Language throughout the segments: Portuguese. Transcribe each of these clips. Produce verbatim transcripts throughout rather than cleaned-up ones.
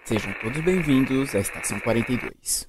Sejam todos bem-vindos à Estação quarenta e dois.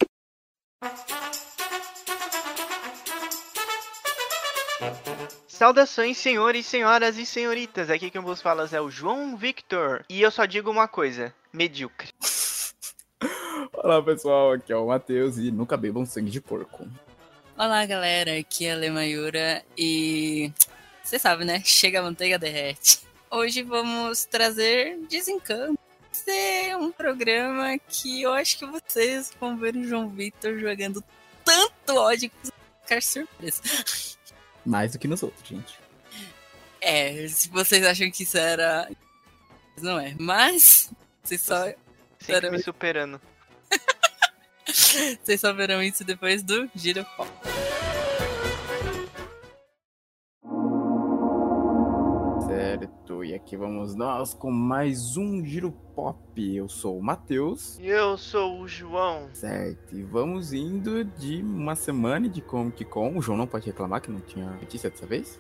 Saudações, senhores, senhoras e senhoritas. Aqui quem vos fala é o João Victor. E eu só digo uma coisa: medíocre. Olá pessoal, aqui é o Matheus e nunca bebam sangue de porco. Olá galera, aqui é a Lemayura e você sabe, né? Chega a manteiga, derrete. Hoje vamos trazer Desencanto. Esse é um programa que eu acho que vocês vão ver o João Victor jogando tanto ódio que vocês vão ficar surpresos. Mais do que nos outros, gente. É, se vocês acham que isso era... Não é, mas... Vocês só... Sempre me superando. Vocês só verão isso depois do Giro Pop. Certo, e aqui vamos nós com mais um Giro Pop. Eu sou o Matheus. E eu sou o João. Certo, e vamos indo de uma semana de Comic Con. O João não pode reclamar que não tinha notícia dessa vez.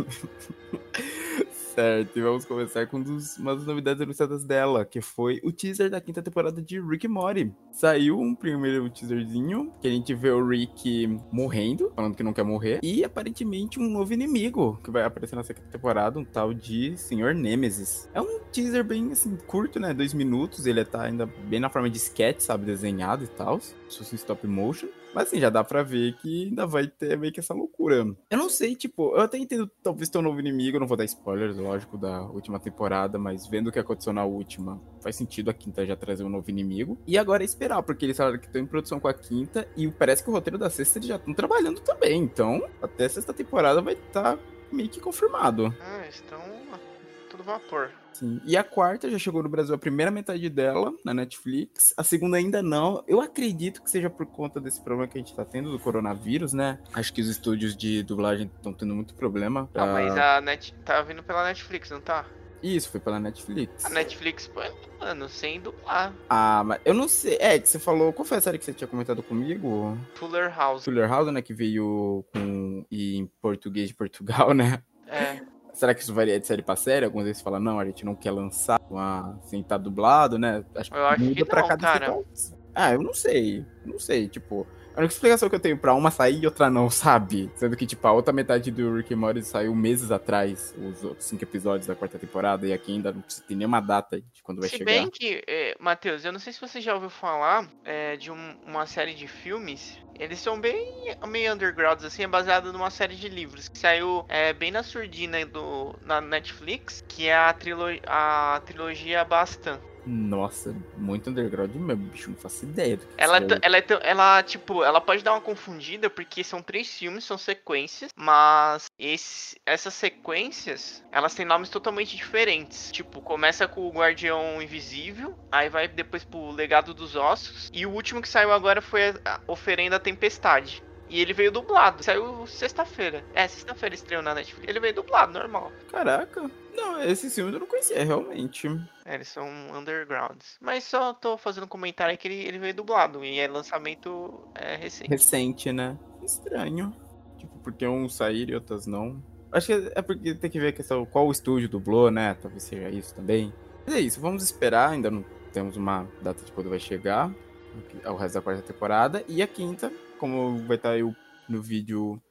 Certo, e vamos começar com um dos, uma das novidades anunciadas dela, que foi o teaser da quinta temporada de Rick e Morty. Saiu um primeiro teaserzinho, que a gente vê o Rick morrendo, falando que não quer morrer, e aparentemente um novo inimigo, que vai aparecer na quinta temporada, um tal de senhor Nemesis. É um teaser bem, assim, curto, né, dois minutos, ele tá ainda bem na forma de sketch, sabe, desenhado e tal, se fosse um stop motion. Mas assim, já dá pra ver que ainda vai ter meio que essa loucura. Eu não sei, tipo, eu até entendo talvez ter um novo inimigo, eu não vou dar spoilers, lógico, da última temporada, mas vendo o que aconteceu na última, faz sentido a quinta já trazer um novo inimigo. E agora é esperar, porque eles falaram que estão em produção com a quinta, e parece que o roteiro da sexta eles já estão trabalhando também, então até a sexta temporada vai estar tá meio que confirmado. Ah, estão a todo vapor. Sim. E a quarta já chegou no Brasil, a primeira metade dela, na Netflix. A segunda ainda não. Eu acredito que seja por conta desse problema que a gente tá tendo do coronavírus, né? Acho que os estúdios de dublagem estão tendo muito problema. Pra... Ah, mas a Net tá vindo pela Netflix, não tá? Isso, foi pela Netflix. A Netflix, pô, mano, sem dublar. Ah, mas eu não sei. É, que você falou... Qual foi a série que você tinha comentado comigo? Fuller House. Fuller House, né? Que veio com... E em português de Portugal, né? É. Será que isso varia de série pra série? Algumas vezes falam, não, a gente não quer lançar uma, sem estar dublado, né? Acho que Eu acho muda que pra não, cada cara. situação. Ah, eu não sei. Não sei, tipo... A única explicação que eu tenho pra uma sair e outra não, sabe? Sendo que, tipo, a outra metade do Rick and Morty saiu meses atrás, os outros cinco episódios da quarta temporada, e aqui ainda não tem nenhuma data de quando vai Se chegar. bem que, é, Matheus, eu não sei se você já ouviu falar é, de um- uma série de filmes. Eles são bem meio undergrounds, assim, é baseado numa série de livros que saiu é, bem na surdina do, na Netflix, que é a, trilo a trilogia Bastan. Nossa, muito underground mesmo, bicho, não faço ideia do que Ela, é isso t- é. ela, é t- ela, tipo, ela pode dar uma confundida porque são três filmes, são sequências, mas esse, essas sequências, elas têm nomes totalmente diferentes. Tipo, começa com o Guardião Invisível, aí vai depois pro Legado dos Ossos, e o último que saiu agora foi a Oferenda à Tempestade. E ele veio dublado, saiu sexta-feira. É, sexta-feira estreou na Netflix. Ele veio dublado, normal. Caraca. Não, esse filme eu não conhecia, realmente. É, eles são undergrounds. Mas só tô fazendo um comentário aí que ele, ele veio dublado. E é lançamento é, recente. Recente, né? Estranho. Tipo, porque uns saíram e outras não. Acho que é porque tem que ver a questão, qual o estúdio dublou, né? Talvez seja isso também. Mas é isso, vamos esperar. Ainda não temos uma data de quando vai chegar. O resto da quarta temporada. E a quinta, como vai estar aí no vídeo...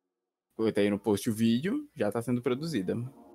Vai estar aí no post o vídeo, já tá sendo produzida.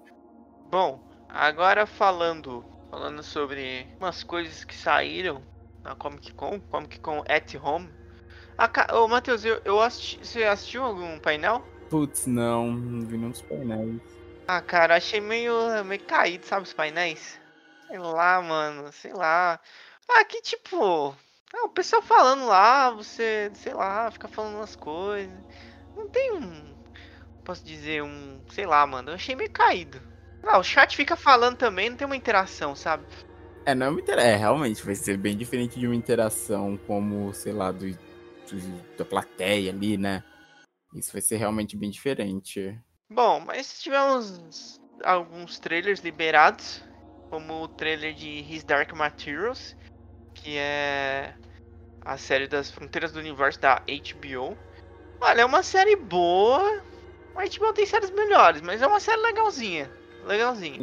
Bom, agora falando, falando sobre umas coisas que saíram na Comic Con, Comic Con at Home. Ah, ca- ô Matheus, eu, eu assisti, você assistiu algum painel? Putz, não, não vi nenhum dos painéis. Ah, cara, achei meio, meio caído, sabe, os painéis? Sei lá, mano, sei lá. Ah, que tipo, ah, o pessoal falando lá, você, sei lá, fica falando umas coisas. Não tem um, posso dizer, um, sei lá, mano, eu achei meio caído. Ah, o chat fica falando também, não tem uma interação, sabe? É, não é uma interação. É, realmente, vai ser bem diferente de uma interação como, sei lá, do, do- da plateia ali, né? Isso vai ser realmente bem diferente. Bom, mas tivemos alguns trailers liberados, como o trailer de His Dark Materials, que é a série das Fronteiras do Universo da H B O. Olha, é uma série boa, a H B O tem séries melhores, mas é uma série legalzinha, legalzinha. Sim.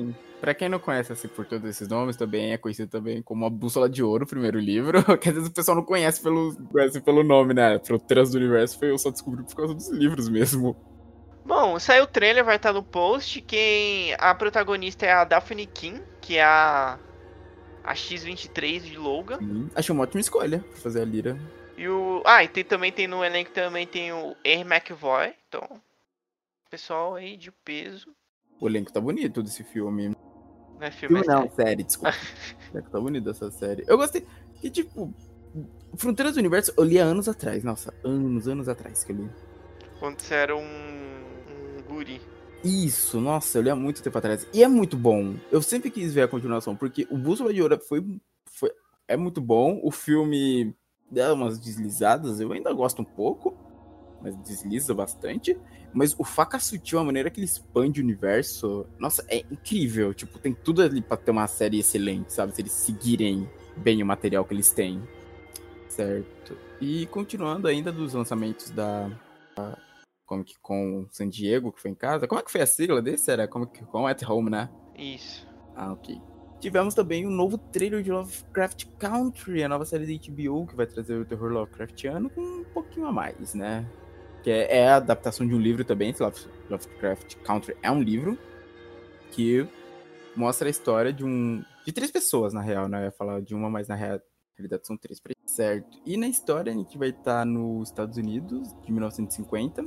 Pra quem não conhece assim por todos esses nomes, também é conhecido também como A Bússola de Ouro, o primeiro livro, que às vezes o pessoal não conhece pelo, conhece pelo nome, né? Fronteiras do Universo foi eu só descobri por causa dos livros mesmo. Bom, saiu o trailer, vai estar no post. Quem a protagonista é a Daphne King, que é a a X vinte e três de Logan. Sim. Achei uma ótima escolha pra fazer a Lyra. E o ah, e tem, também tem no elenco também tem o Henry McAvoy. Então, pessoal aí de peso. O elenco tá bonito desse filme. Não é filme, é Filme não, série. série, desculpa. O elenco tá bonito dessa série. Eu gostei. E tipo, Fronteiras do Universo eu li há anos atrás. Nossa, anos, anos atrás que eu li. Quando você era um, um guri. Isso, nossa, eu li há muito tempo atrás. E é muito bom. Eu sempre quis ver a continuação, porque o Bússola de Ouro foi, foi, é muito bom. O filme dá umas deslizadas, eu ainda gosto um pouco, mas desliza bastante. Mas o Faca Sutil, a maneira que ele expande o universo, nossa, é incrível. Tipo, tem tudo ali pra ter uma série excelente, sabe? Se eles seguirem bem o material que eles têm. Certo. E continuando ainda dos lançamentos da... Comic Con San Diego, que foi em casa. Como é que foi a sigla desse? Era Comic Con at Home, né? Isso. Ah, ok. Tivemos também um novo trailer de Lovecraft Country, a nova série da H B O, que vai trazer o terror Lovecraftiano com um pouquinho a mais, né? Que é, é a adaptação de um livro também. Esse Love, Lovecraft Country é um livro que mostra a história de um... de três pessoas, na real, né? Eu ia falar de uma, mas na real, realidade são três. Certo. E na história a gente vai estar nos Estados Unidos, de mil novecentos e cinquenta,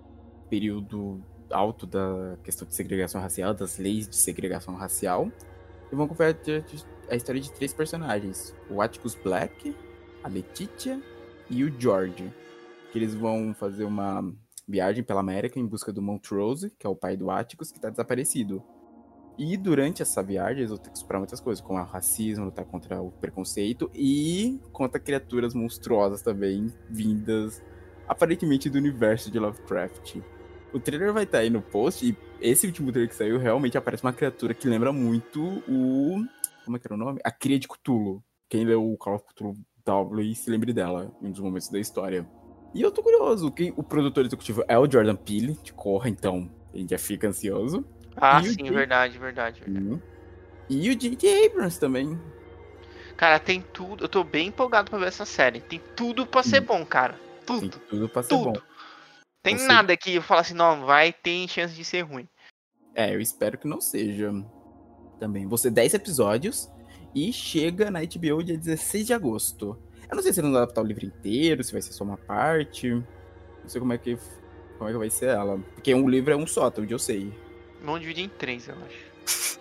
período alto da questão de segregação racial, das leis de segregação racial. E vão acompanhar a história de três personagens. O Atticus Black, a Letitia e o George. Que eles vão fazer uma viagem pela América em busca do Montrose, que é o pai do Atticus, que está desaparecido. E durante essa viagem eles vão ter que superar muitas coisas, como o racismo, lutar contra o preconceito e contra criaturas monstruosas também, vindas aparentemente do universo de Lovecraft. O trailer vai estar aí no post, e esse último trailer que saiu, realmente aparece uma criatura que lembra muito o... Como é que era o nome? A Cria de Cthulhu. Quem leu o Call of Cthulhu talvez se lembre dela em um dos momentos da história. E eu tô curioso, quem, o produtor executivo é o Jordan Peele, de Corra, então a gente já fica ansioso. Ah, E o sim, J- verdade, verdade, verdade. Hum. E o J J Abrams também. Cara, tem tudo. Eu tô bem empolgado pra ver essa série. Tem tudo pra ser Sim. bom, cara. Tem Tudo. tudo pra ser Tudo. bom. Tem Você- nada que eu falo assim, não, vai ter chance de ser ruim. É, eu espero que não seja. Também. Vão ser dez episódios e chega na H B O dia dezesseis de agosto. Eu não sei se eles vão adaptar o livro inteiro, se vai ser só uma parte. Não sei como é que, como é que vai ser ela. Porque um livro é um só, até onde eu sei. Vamos dividir em três, eu acho.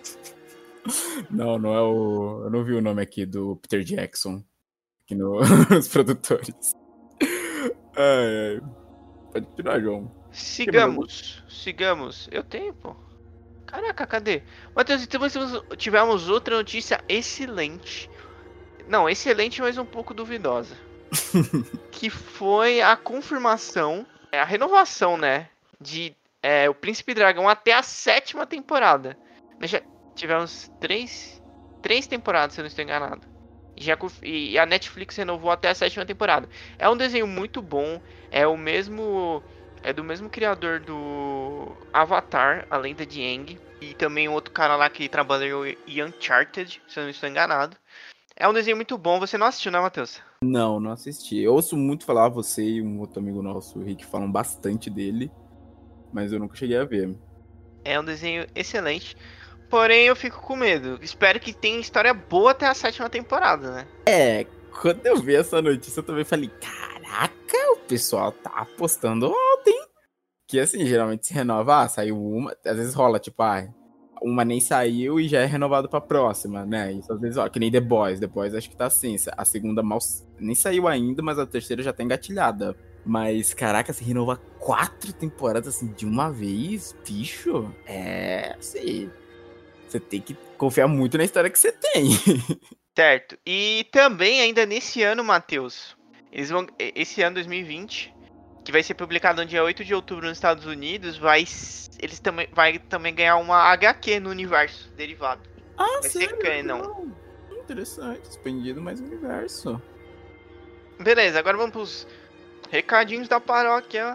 Não, não é o... Eu não vi o nome aqui do Peter Jackson. Aqui no... nos produtores. Ai, ai. Pode continuar, João. Sigamos. Sigamos. Eu tenho, pô. Caraca, cadê? Matheus, então tivemos, tivemos outra notícia excelente. Não, excelente, mas um pouco duvidosa. Que foi a confirmação, é, a renovação, né? De é, O Príncipe Dragão até a sétima temporada. Nós já tivemos três, três temporadas, se eu não estou enganado. E, já, conf- e a Netflix renovou até a sétima temporada. É um desenho muito bom. É o mesmo. É do mesmo criador do Avatar, a Lenda de Aang. E também outro cara lá que trabalhou em Uncharted, se eu não estou enganado. É um desenho muito bom. Você não assistiu, né, Matheus? Não, não assisti. Eu ouço muito falar, você e um outro amigo nosso, o Rick, falam bastante dele, mas eu nunca cheguei a ver. É um desenho excelente. Porém, eu fico com medo. Espero que tenha história boa até a sétima temporada, né? É, quando eu vi essa notícia, eu também falei, caraca, o pessoal tá apostando alto, hein? Que assim, geralmente se renova, ah, saiu uma, às vezes rola, tipo, ah, uma nem saiu e já é renovado pra próxima, né? Isso às vezes, ó, que nem The Boys. The Boys acho que tá assim, a segunda mal nem saiu ainda, mas a terceira já tá engatilhada. Mas, caraca, se renovar quatro temporadas assim de uma vez, bicho, é assim. Você tem que confiar muito na história que você tem. Certo. E também, ainda nesse ano, Matheus, eles vão. Esse ano dois mil e vinte, que vai ser publicado no dia oito de outubro nos Estados Unidos, vai. Eles também vai também ganhar uma H Q no universo derivado. Ah, Vai ser canon. Não. Interessante, expandido mais o universo. Beleza, agora vamos pros recadinhos da paróquia.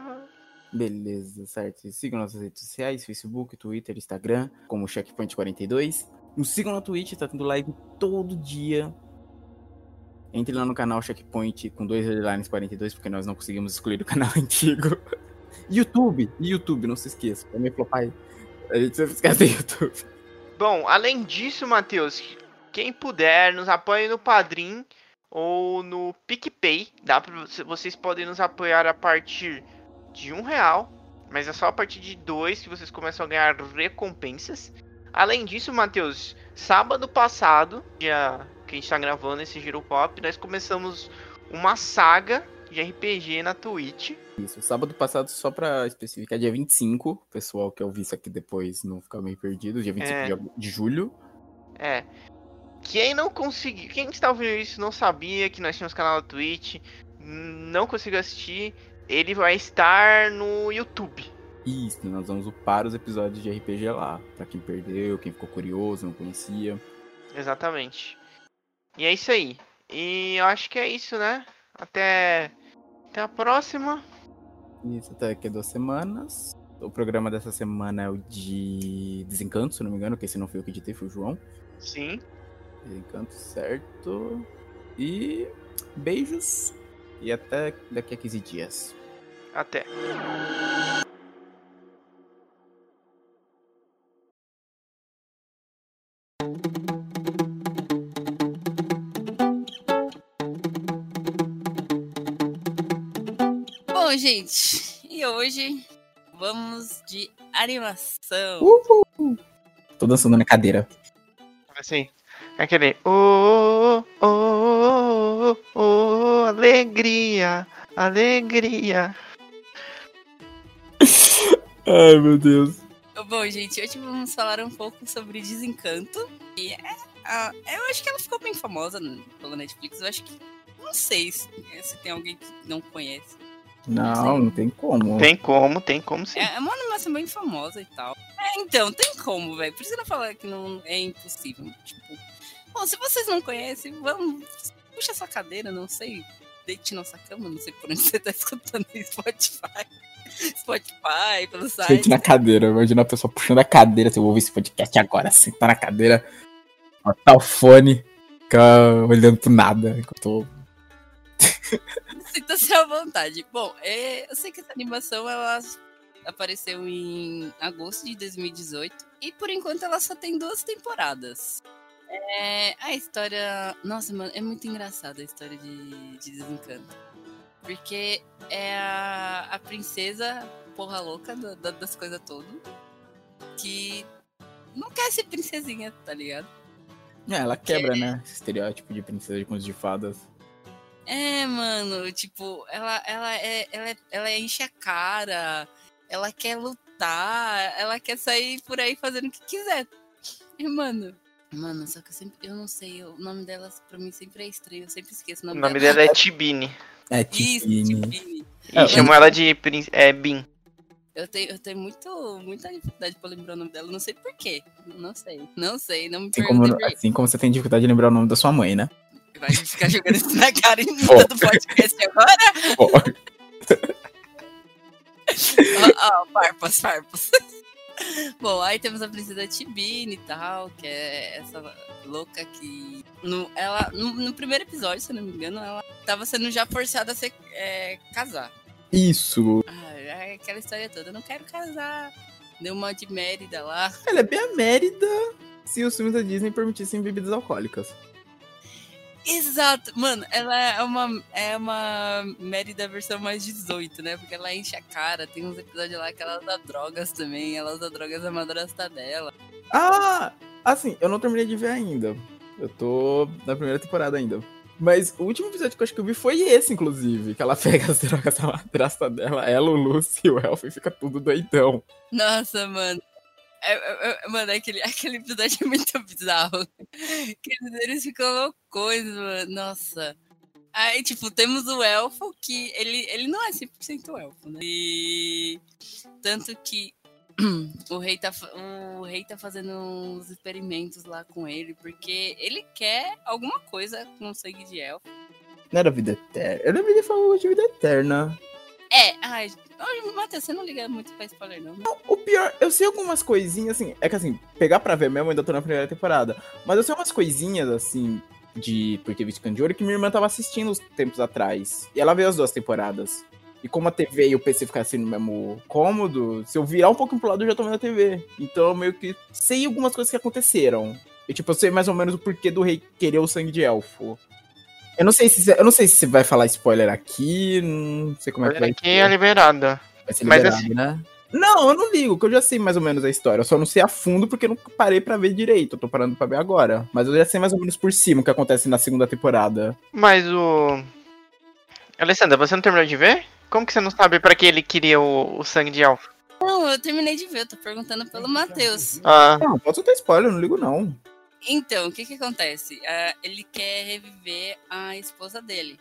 Beleza, certo. Sigam nossas redes sociais, Facebook, Twitter, Instagram, como Checkpoint quarenta e dois. Nos sigam na Twitch, tá tendo live todo dia. Entre lá no canal Checkpoint com dois underlines quarenta e dois, porque nós não conseguimos excluir o canal antigo. YouTube, YouTube, não se esqueça. Também flopar. A gente sempre esquece do YouTube. Bom, além disso, Matheus, quem puder, nos apoie no Padrim ou no PicPay. Dá pra, vocês podem nos apoiar a partir de um real, mas é só a partir de dois que vocês começam a ganhar recompensas. Além disso, Matheus, sábado passado, dia que a gente tá gravando esse Giro Pop, nós começamos uma saga de R P G na Twitch. Isso, sábado passado, só pra especificar, dia vinte e cinco, pessoal que eu vi isso aqui depois não ficar meio perdido, dia vinte e cinco é. de julho. É. Quem não conseguiu, quem está ouvindo isso não sabia que nós tínhamos canal na Twitch, não conseguiu assistir, ele vai estar no YouTube. Isso, nós vamos upar os episódios de R P G lá, pra quem perdeu, quem ficou curioso, não conhecia. Exatamente. E é isso aí. E eu acho que é isso, né? Até, até a próxima. Isso, até daqui a duas semanas. O programa dessa semana é o de Desencanto, se não me engano, que esse não foi eu que editei, foi o João. Sim. Desencanto, certo. E beijos. E até daqui a quinze dias. Até. Bom, gente, e hoje vamos de animação. Uhul. Tô dançando na cadeira. Assim, aquele oh, oh, oh, oh, oh, alegria, alegria. Ai, meu Deus. Bom, gente, hoje vamos falar um pouco sobre Desencanto. E é, a, eu acho que ela ficou bem famosa pela Netflix. Eu acho que, não sei se, se tem alguém que não conhece. Não, não, não tem como. Tem como, tem como sim. É, é uma animação bem famosa e tal. É, então, tem como, velho. Por isso que eu não falar que não é impossível. Tipo, bom, se vocês não conhecem, vamos. Puxa sua cadeira, não sei. Deite nossa cama, não sei por onde você tá escutando no Spotify. Spotify, pelo site. Sente na cadeira, imagina a pessoa puxando a cadeira. Se eu vou ouvir esse podcast agora, sentar na cadeira, botar o fone, ficar olhando pro nada. Enquanto eu tô. Sinta-se à vontade. Bom, é, eu sei que essa animação ela apareceu em agosto de dois mil e dezoito e por enquanto ela só tem duas temporadas. É, a história. Nossa, mano, é muito engraçada a história de, de Desencanto. Porque é a, a princesa porra louca da, da, das coisas todas que não quer ser princesinha, tá ligado? É, ela quebra, que... né? Esse estereótipo de princesa de contos de fadas. É, mano, tipo, ela, ela, é, ela, é, ela enche a cara, ela quer lutar, ela quer sair por aí fazendo o que quiser. E, mano, mano, só que eu sempre, eu não sei, o nome dela pra mim sempre é estranho, eu sempre esqueço o nome dela. O nome dela, dela é Tibine. É, Tibine. Isso, Tibine. E é, chamam eu... ela de é, Bin. Eu tenho, eu tenho muito, muita dificuldade pra lembrar o nome dela, não sei porquê, não sei, não sei, não me assim como, assim como você tem dificuldade de lembrar o nome da sua mãe, né? Vai ficar jogando isso na cara em todo podcast agora? Ó, oh, oh, farpas, farpas. Bom, aí temos a princesa Tibine e tal, que é essa louca que... No, ela, no, no primeiro episódio, se eu não me engano, ela tava sendo já forçada a ser, é, casar. Isso. Ah, aquela história toda, eu não quero casar. Deu uma de Mérida lá. Ela é bem a Mérida se os filmes da Disney permitissem bebidas alcoólicas. Exato, mano, ela é uma, é uma Mérida versão mais dezoito, né? Porque ela enche a cara, tem uns episódios lá que ela usa drogas também, ela usa drogas da madrasta dela. Ah, assim, eu não terminei de ver ainda. Eu tô na primeira temporada ainda. Mas o último episódio que eu acho que eu vi foi esse, inclusive. Que ela pega as drogas da madrasta dela, ela, o Lucy e o Elfo, e fica tudo doidão. Nossa, mano. É, é, é, mano, aquele, aquele episódio é muito bizarro. Eles ficam loucos, mano. Nossa. Aí, tipo, temos o Elfo, que ele, ele não é cem por cento elfo, né? E tanto que o rei, tá, o rei tá fazendo uns experimentos lá com ele, porque ele quer alguma coisa com o sangue de elfo. Não era vida eterna? Eu lembro de falar de vida eterna. É, ai, Matheus, você não liga muito pra spoiler, não, né? O pior, eu sei algumas coisinhas, assim, é que assim, pegar pra ver mesmo, eu ainda tô na primeira temporada, mas eu sei umas coisinhas, assim, de Por Que Viste Cão de Ouro, que minha irmã tava assistindo uns tempos atrás, e ela veio as duas temporadas. E como a T V e o P C ficaram assim no mesmo cômodo, se eu virar um pouquinho pro lado, eu já tô vendo a T V. Então eu meio que sei algumas coisas que aconteceram. E tipo, eu sei mais ou menos o porquê do rei querer o sangue de elfo. Eu não sei se eu não sei se você vai falar spoiler aqui, não sei como é que vai Aqui é liberada. Vai ser Mas liberado, assim- né? Não, eu não ligo, porque eu já sei mais ou menos a história. Eu só não sei a fundo porque eu não parei pra ver direito. Eu tô parando pra ver agora. Mas eu já sei mais ou menos por cima o que acontece na segunda temporada. Mas o. Alessandra, você não terminou de ver? Como que você não sabe pra que ele queria o, o sangue de elfo? Não, eu terminei de ver, eu tô perguntando pelo Matheus. Ah, Não, pode soltar spoiler, eu não ligo não. Então, o que que acontece? Ah, ele quer reviver a esposa dele,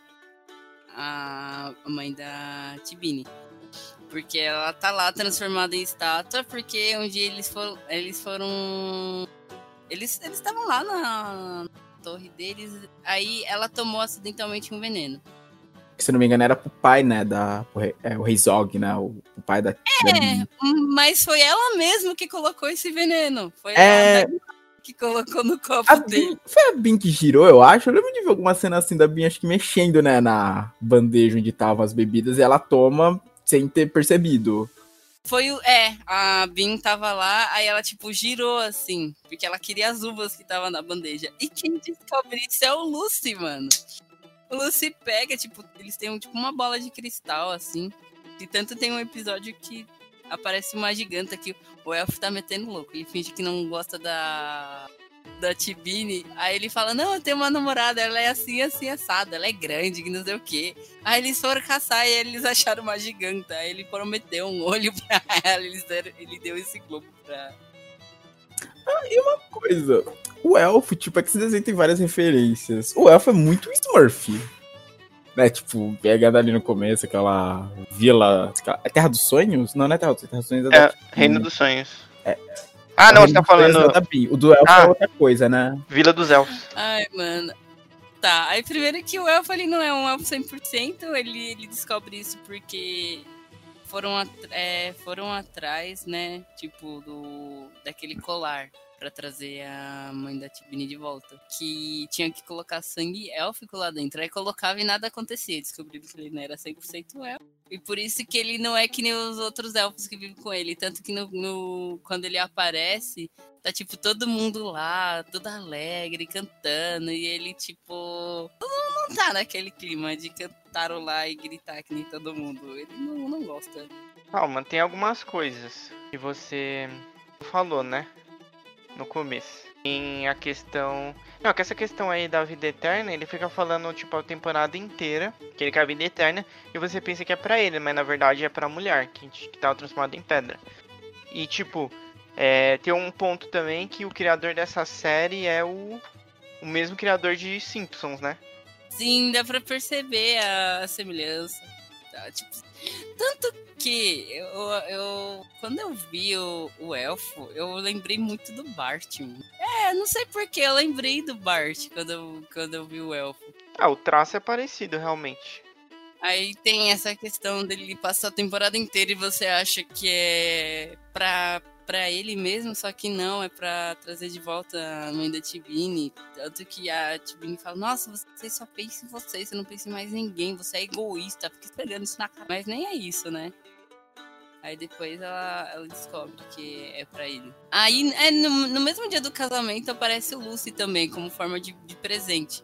a mãe da Tibini. Porque ela tá lá transformada em estátua, porque um dia eles foram. Eles foram. Eles eles estavam lá na torre deles, aí ela tomou acidentalmente um veneno. Se não me engano, era pro pai, né? Da, o, rei, é, o rei Zog, né? O, o pai da. É, mas foi ela mesma que colocou esse veneno. Foi É... a que colocou no copo A dele. Bin, foi a Bin que girou, eu acho. Eu lembro de ver alguma cena assim da Bin, acho que mexendo, né? Na bandeja onde estavam as bebidas e ela toma sem ter percebido. Foi o. É, a Bin tava lá, aí ela, tipo, girou assim, porque ela queria as uvas que tava na bandeja. E quem descobre isso é o Lucy, mano. O Lucy pega, tipo, eles têm tipo uma bola de cristal, assim. E tanto tem um episódio que aparece uma giganta que o elfo tá metendo louco. Ele finge que não gosta da. Da Tibini. Aí ele fala: não, eu tenho uma namorada, ela é assim, assim, assada, ela é grande, que não sei o quê. Aí eles foram caçar e eles acharam uma giganta. Aí ele prometeu um olho pra ela, eles deram, ele deu esse globo pra. Coisa. O elfo, tipo, é que esse desenho tem várias referências. O elfo é muito Smurf. Né, tipo, pegando ali no começo, aquela vila. É Terra dos Sonhos? Não, não é Terra dos Sonhos, Terra dos Sonhos é, é da Reino dos Sonhos. É. Ah, não, Reino você tá dos Sonhos falando é da Bin. O do elfo Ah. é outra coisa, né? Vila dos Elfos. Ai, mano. Tá, aí primeiro que o elfo ele não é um elfo cem por cento, ele, ele descobre isso porque foram, at é, foram atrás, né, tipo, do daquele colar pra trazer a mãe da Tibini de volta. Que tinha que colocar sangue élfico lá dentro. Aí colocava e nada acontecia. Descobriram que ele não era cem por cento elfo. E por isso que ele não é que nem os outros elfos que vivem com ele. Tanto que no, no, quando ele aparece, tá tipo todo mundo lá, todo alegre, cantando. E ele, tipo, não, não tá naquele clima de cantarolar e gritar que nem todo mundo. Ele não, não gosta. Calma, tem algumas coisas que você falou, né? No começo. Tem a questão. Não, que essa questão aí da vida eterna, ele fica falando, tipo, a temporada inteira, que ele quer a vida eterna, e você pensa que é pra ele, mas na verdade é pra mulher, que, que tava transformada em pedra. E, tipo, é, tem um ponto também que o criador dessa série é o, o mesmo criador de Simpsons, né? Sim, dá pra perceber a semelhança. Tá? Tipo, tanto que eu, eu quando eu vi o, o elfo, eu lembrei muito do Bart. Mano. É, não sei porquê, eu lembrei do Bart quando eu, quando eu vi o elfo. Ah, o traço é parecido, realmente. Aí tem essa questão dele passar a temporada inteira e você acha que é pra, pra ele mesmo, só que não, é pra trazer de volta a mãe da Tibini. Tanto que a Tibini fala, nossa, você só pensa em você, você não pensa em mais ninguém, você é egoísta, fica esperando isso na cara. Mas nem é isso, né? Aí depois ela, ela descobre que é pra ele. Aí é, no, no mesmo dia do casamento aparece o Lucy também, como forma de, de presente.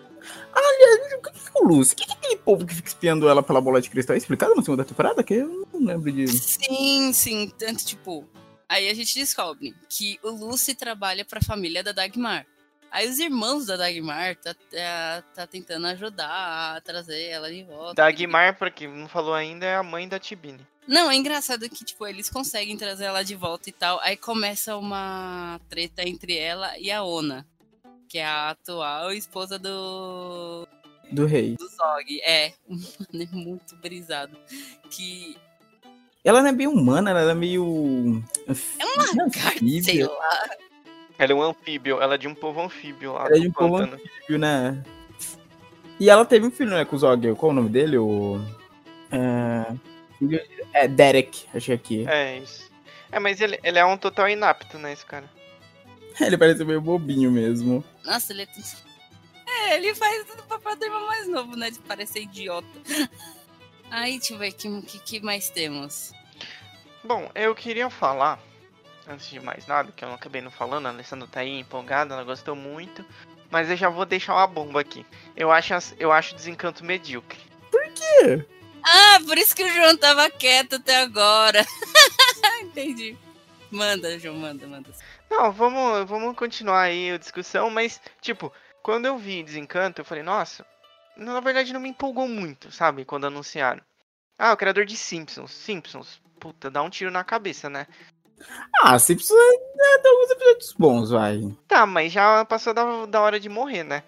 Aliás, o que é o Lucy? O que é aquele povo que fica espiando ela pela bola de cristal? É explicado na segunda temporada? Que eu não lembro de. Sim, sim. Tanto, tipo... Aí a gente descobre que o Lucy trabalha pra família da Dagmar. Aí os irmãos da Dagmar tá, tá, tá tentando ajudar a trazer ela de volta. Dagmar, pra quem não falou ainda, é a mãe da Tibini. Não, é engraçado que, tipo, eles conseguem trazer ela de volta e tal. Aí começa uma treta entre ela e a Ona, que é a atual esposa do... Do rei. Do Zog. É, é muito brisado. Que... Ela não é bem humana, ela é meio... É uma carta, sei lá. Ela é um anfíbio, ela é de um povo anfíbio lá Ela é do de um povo pântano. anfíbio, né? E ela teve um filho, né, com o Zog. Qual o nome dele? O... É... É Derek, achei aqui. É, isso. É, mas ele, ele é um total inapto, né, esse cara? Ele parece meio bobinho mesmo. Nossa, ele é... É, ele faz o papel do irmão mais novo, né? De parecer idiota. Aí, deixa eu ver, o que, que, que mais temos? Bom, eu queria falar, antes de mais nada, que eu não acabei não falando, a Alessandra tá aí empolgada, ela gostou muito, mas eu já vou deixar uma bomba aqui. Eu acho, eu acho Desencanto medíocre. Por quê? Ah, por isso que o João tava quieto até agora. Entendi. Manda, João, manda, manda. Não, vamos, vamos continuar aí a discussão, mas, tipo, quando eu vi Desencanto, eu falei, nossa, na verdade não me empolgou muito, sabe, quando anunciaram. Ah, o criador de Simpsons, Simpsons, puta, dá um tiro na cabeça, né? Ah, Simpsons é, é, alguns episódios bons, vai. Tá, mas já passou da, da hora de morrer, né?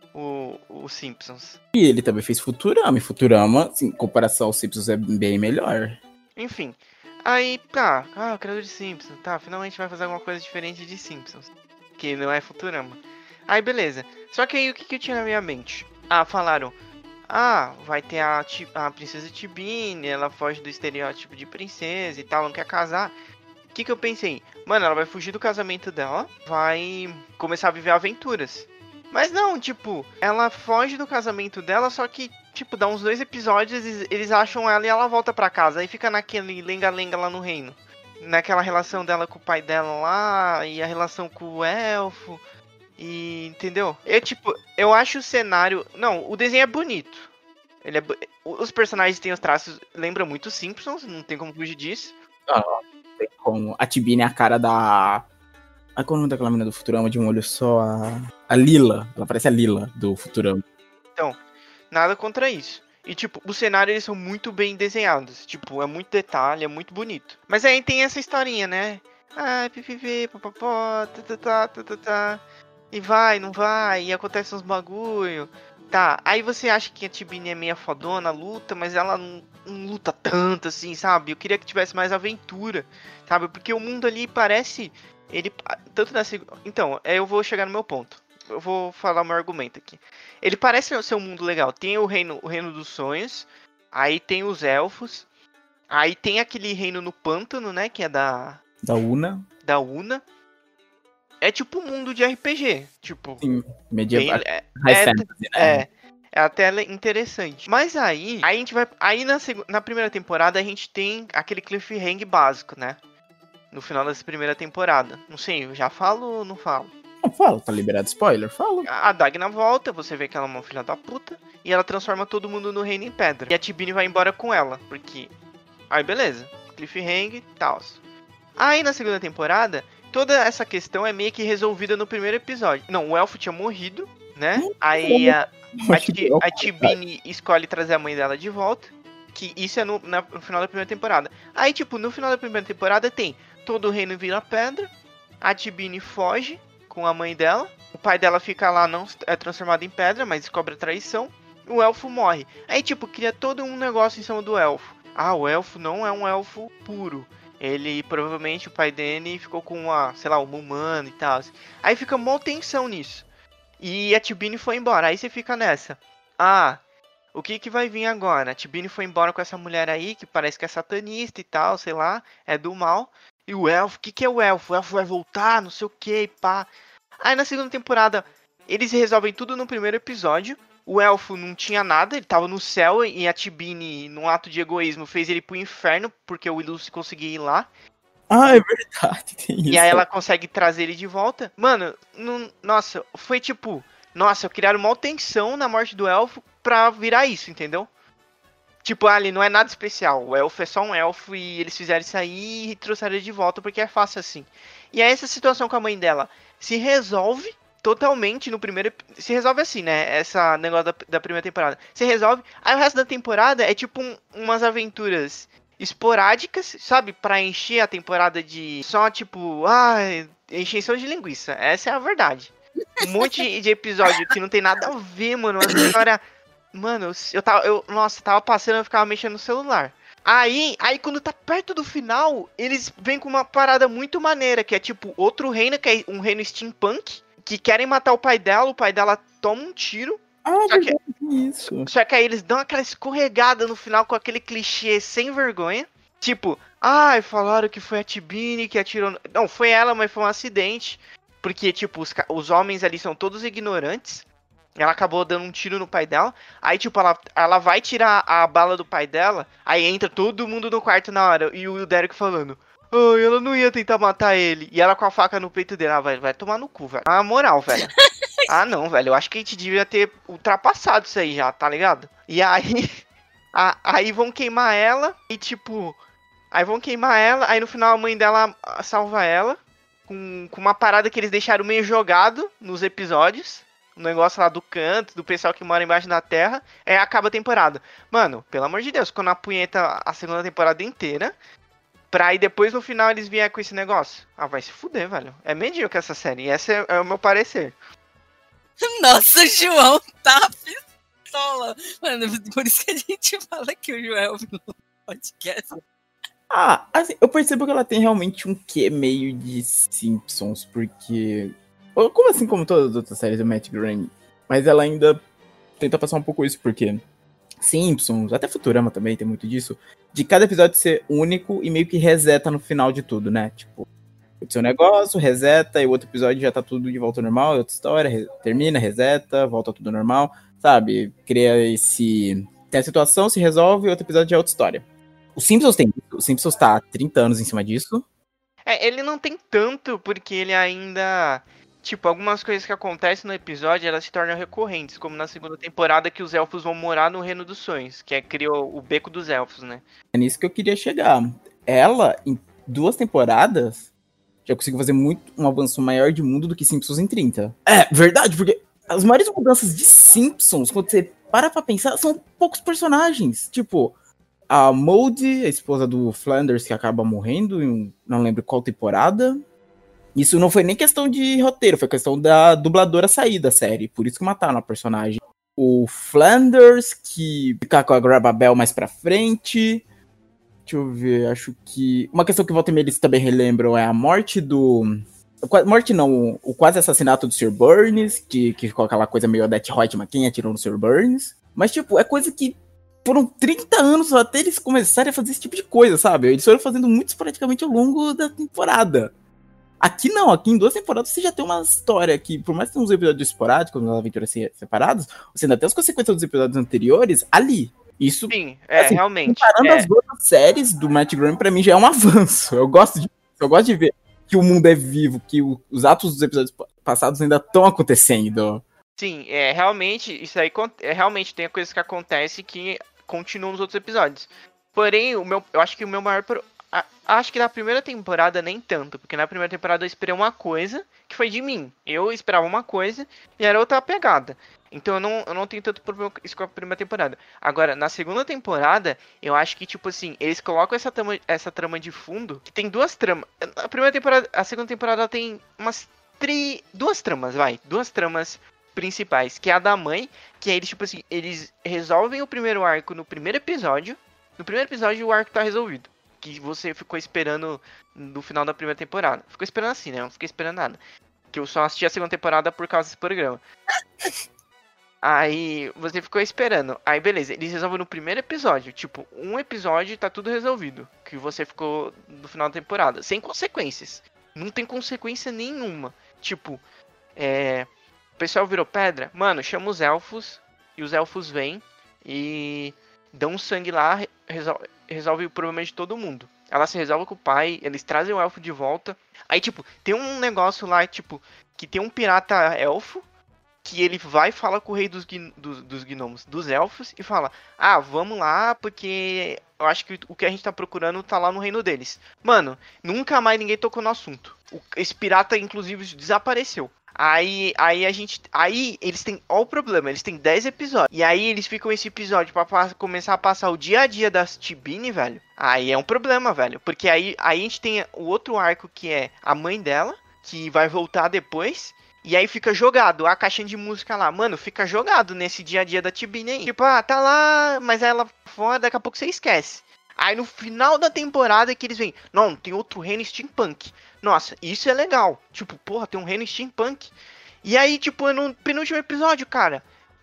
O, o Simpsons. E ele também fez Futurama, e Futurama, assim, em comparação aos Simpsons, é bem melhor. Enfim, aí, tá, ah, o criador de Simpsons, tá, finalmente vai fazer alguma coisa diferente de Simpsons, que não é Futurama. Aí, beleza. Só que aí, o que, que eu tinha na minha mente? Ah, falaram, ah, vai ter a, a princesa Tibine, ela foge do estereótipo de princesa e tal, não quer casar. O que, que eu pensei? Mano, ela vai fugir do casamento dela, vai começar a viver aventuras. Mas não, tipo, ela foge do casamento dela, só que, tipo, dá uns dois episódios, eles, eles acham ela e ela volta pra casa. Aí fica naquele lenga-lenga lá no reino. Naquela relação dela com o pai dela lá, e a relação com o elfo, e... entendeu? Eu, tipo, eu acho o cenário... Não, o desenho é bonito. Ele é... Os personagens têm os traços... Lembram muito Simpsons, não tem como fugir disso. Ah, não tem como. A Tibine é a cara da... Ah, qual é o nome daquela menina do Futurama de um olho só? A, a Lila. Ela parece a Lila do Futurama. Então, nada contra isso. E, tipo, os cenários eles são muito bem desenhados. Tipo, é muito detalhe, é muito bonito. Mas aí tem essa historinha, né? Ah, pipipi, papapó, tá, tá, tá, tá. E vai, não vai, e acontece uns bagulho. Tá, aí você acha que a Tibine é meio fodona, luta, mas ela não, não luta tanto assim, sabe? Eu queria que tivesse mais aventura, sabe? Porque o mundo ali parece... Ele, tanto nessa... Então, eu vou chegar no meu ponto. Eu vou falar o meu argumento aqui. Ele parece ser um mundo legal. Tem o reino, o reino dos sonhos. Aí tem os elfos. Aí tem aquele reino no pântano, né? Que é da... Da Una. Da Una. É tipo um mundo de R P G. Tipo... Sim, medieval. Bem, é, High é, fantasy, né? é, é até interessante. Mas aí... Aí a gente vai... Aí na, seg... na primeira temporada a gente tem aquele cliffhanger básico, né? No final dessa primeira temporada. Não sei, eu já falo ou não falo? Não, fala, tá liberado spoiler, fala. A Dagna volta, você vê que ela é uma filha da puta, e ela transforma todo mundo no reino em pedra. E a Tibine vai embora com ela, porque... Aí beleza, cliffhanger e tal. Aí na segunda temporada, toda essa questão é meio que resolvida no primeiro episódio. Não, o elfo tinha morrido, né? Aí a, a, a Tibine escolhe trazer a mãe dela de volta, que isso é no, na, no final da primeira temporada. Aí tipo, no final da primeira temporada tem... Todo o reino vira pedra, a Tibine foge com a mãe dela, o pai dela fica lá, não é transformado em pedra, mas descobre a traição, o elfo morre. Aí, tipo, cria todo um negócio em cima do elfo. Ah, o elfo não é um elfo puro. Ele, provavelmente, o pai dele ficou com uma, sei lá, uma humana e tal. Aí fica mó tensão nisso. E a Tibine foi embora, aí você fica nessa. Ah, o que que vai vir agora? A Tibine foi embora com essa mulher aí, que parece que é satanista e tal, sei lá, é do mal. E o elfo, o que que é o elfo? O elfo vai voltar, não sei o que, pá. Aí na segunda temporada, eles resolvem tudo no primeiro episódio. O elfo não tinha nada, ele tava no céu e a Tibine, num ato de egoísmo, fez ele pro inferno, porque o Ilúcio conseguia ir lá. Ah, é verdade, tem isso. E aí ela consegue trazer ele de volta. Mano, não, nossa, foi tipo... Nossa, criaram uma tensão na morte do elfo pra virar isso, entendeu? Tipo, ali não é nada especial, o elfo é só um elfo e eles fizeram isso aí e trouxeram ele de volta porque é fácil assim. E aí essa situação com a mãe dela se resolve totalmente no primeiro... Se resolve assim, né, essa negócio da, da primeira temporada. Se resolve, aí o resto da temporada é tipo um, umas aventuras esporádicas, sabe? Pra encher a temporada de só tipo, ah, encheção de linguiça, essa é a verdade. Um monte de episódio que não tem nada a ver, mano, uma história... Mano, eu tava, eu, nossa, tava passando, eu ficava mexendo no celular. Aí, aí quando tá perto do final, eles vêm com uma parada muito maneira, que é tipo outro reino, que é um reino steampunk, que querem matar o pai dela, o pai dela toma um tiro, Ah, Só que, verdade, isso. só que aí eles dão aquela escorregada no final com aquele clichê sem vergonha. Tipo, ai, falaram que foi a Tibini que atirou... no-" Não, foi ela, mas foi um acidente. Porque, tipo, os, ca- os homens ali são todos ignorantes. Ela acabou dando um tiro no pai dela. Aí, tipo, ela, ela vai tirar a bala do pai dela. Aí entra todo mundo no quarto na hora. E o Derek falando... Ai, ela não ia tentar matar ele. E ela com a faca no peito dele. Ah, vai, vai tomar no cu, velho. Ah, moral, velho. Ah, não, velho. Eu acho que a gente devia ter ultrapassado isso aí já, tá ligado? E aí... a- aí vão queimar ela. E, tipo... Aí vão queimar ela. Aí, no final, a mãe dela ah, salva ela. Com, com uma parada que eles deixaram meio jogado nos episódios. Um negócio lá do canto, do pessoal que mora embaixo da terra. É, acaba a temporada. Mano, pelo amor de Deus, quando apunheta a segunda temporada inteira, pra aí depois no final eles vierem com esse negócio. Ah, vai se fuder, velho. É medíocre essa série. E esse é, é o meu parecer. Nossa, João tá pistola. Mano, por isso que a gente fala que o Joel no podcast. Ah, assim, eu percebo que ela tem realmente um quê meio de Simpsons, porque... Como assim, como todas as outras séries do Matt Groening? Mas ela ainda tenta passar um pouco isso, porque Simpsons, até Futurama também tem muito disso, de cada episódio ser único e meio que reseta no final de tudo, né? Tipo, aconteceu um negócio, reseta, e o outro episódio já tá tudo de volta ao normal, é outra história, re- termina, reseta, volta tudo normal, sabe? Cria esse... Tem a situação, se resolve, e outro episódio já é outra história. O Simpsons tem isso, o Simpsons tá há trinta anos em cima disso. É, ele não tem tanto, porque ele ainda... Tipo, algumas coisas que acontecem no episódio, elas se tornam recorrentes. Como na segunda temporada, que os elfos vão morar no Reino dos Sonhos. Que é criou o Beco dos Elfos, né? É nisso que eu queria chegar. Ela, em duas temporadas, já conseguiu fazer muito um avanço maior de mundo do que Simpsons em trinta. É, verdade, porque as maiores mudanças de Simpsons, quando você para pra pensar, são poucos personagens. Tipo, a Moldy, a esposa do Flanders, que acaba morrendo em um, não lembro qual temporada. Isso não foi nem questão de roteiro, foi questão da dubladora sair da série. Por isso que mataram a personagem. O Flanders, que fica com a Grababel mais pra frente. Deixa eu ver, acho que... Uma questão que volta e meia eles também relembram é a morte do... Morte não, o quase assassinato do senhor Burns, que, que ficou aquela coisa meio Odette Reutemann, quem atirou no senhor Burns. Mas, tipo, é coisa que foram trinta anos até eles começarem a fazer esse tipo de coisa, sabe? Eles foram fazendo muito esporadicamente ao longo da temporada. Aqui não, aqui em duas temporadas você já tem uma história que, por mais que tenha uns episódios esporádicos, umas aventuras separadas, você ainda tem as consequências dos episódios anteriores ali. Isso, Sim, é, assim, realmente. comparando É. as outras séries do Matt Groening, pra mim já é um avanço. Eu gosto de, eu gosto de ver que o mundo é vivo, que o- os atos dos episódios pa- passados ainda estão acontecendo. Sim, é, realmente, isso aí con- é, realmente tem coisas que acontecem que continuam nos outros episódios. Porém, o meu, eu acho que o meu maior... Pro... a- acho que na primeira temporada nem tanto, porque na primeira temporada eu esperei uma coisa que foi de mim. Eu esperava uma coisa e era outra pegada. Então eu não, eu não tenho tanto problema com isso com a primeira temporada. Agora, na segunda temporada, eu acho que, tipo assim, eles colocam essa trama, essa trama de fundo, que tem duas tramas. A primeira temporada, a segunda temporada ela tem umas tri... duas tramas, vai. Duas tramas principais, que é a da mãe, que aí eles, tipo assim, eles resolvem o primeiro arco no primeiro episódio. No primeiro episódio o arco tá resolvido. Que você ficou esperando no final da primeira temporada. Ficou esperando assim, né? Eu não fiquei esperando nada. Que eu só assisti a segunda temporada por causa desse programa. Aí você ficou esperando. Aí beleza, eles resolvem no primeiro episódio. Tipo, um episódio e tá tudo resolvido. Que você ficou no final da temporada. Sem consequências. Não tem consequência nenhuma. Tipo, é... o pessoal virou pedra. Mano, chama os elfos. E os elfos vêm. E dão um sangue lá. Resolve, resolve o problema de todo mundo. Ela se resolve com o pai. Eles trazem o elfo de volta. Aí, tipo, tem um negócio lá, tipo, que tem um pirata elfo. Que ele vai falar com o rei dos, gui- dos, dos gnomos, dos elfos, e fala: ah, vamos lá, porque eu acho que o que a gente tá procurando tá lá no reino deles. Mano, nunca mais ninguém tocou no assunto. O- esse pirata, inclusive, desapareceu. Aí, aí a gente. Aí eles têm. Ó o problema, eles têm dez episódios. E aí eles ficam esse episódio pra pa- começar a passar o dia a dia das Tibini, velho. Aí é um problema, velho. Porque aí, aí a gente tem o outro arco que é a mãe dela, que vai voltar depois. E aí fica jogado, a caixinha de música lá. Mano, fica jogado nesse dia a dia da Tibini aí. Tipo, ah, tá lá, mas aí ela fora, daqui a pouco você esquece. Aí no final da temporada que eles vêm, não, tem outro reino steampunk. Nossa, isso é legal. Tipo, porra, tem um reino steampunk. E aí, tipo, no penúltimo episódio, cara,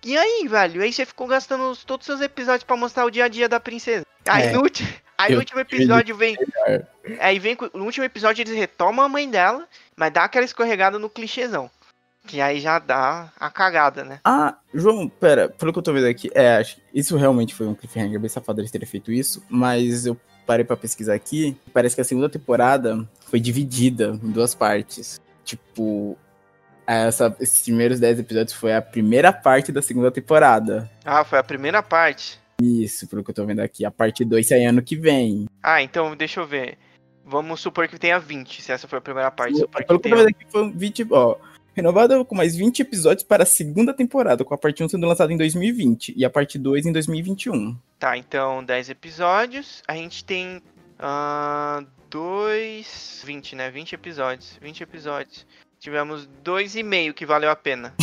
E aí, velho? Aí você ficou gastando os- todos os seus episódios pra mostrar o dia a dia da princesa. Aí, É, no, ulti- aí eu no último episódio vem. melhor. Aí vem. com- No último episódio eles retomam a mãe dela, mas dá aquela escorregada no clichêzão. Que aí já dá a cagada, né? Ah, João, pera, pelo que eu tô vendo aqui, é, acho que isso realmente foi um cliffhanger bem safado eles terem feito isso, mas eu parei pra pesquisar aqui, parece que a segunda temporada foi dividida em duas partes. Tipo, essa, esses primeiros dez episódios foi a primeira parte da segunda temporada. Ah, foi a primeira parte. Isso, pelo que eu tô vendo aqui. A parte dois sai ano que vem. Ah, então deixa eu ver. Vamos supor que tenha vinte, se essa foi a primeira parte. Supor Pelo que que eu tô tenha... vendo aqui, foi vinte, ó, renovada com mais vinte episódios para a segunda temporada, com a parte um sendo lançada em dois mil e vinte e a parte dois em dois mil e vinte e um. Tá, então dez episódios. A gente tem. Uh, dois. vinte, né? vinte episódios. vinte episódios. Tivemos dois e meio que valeu a pena.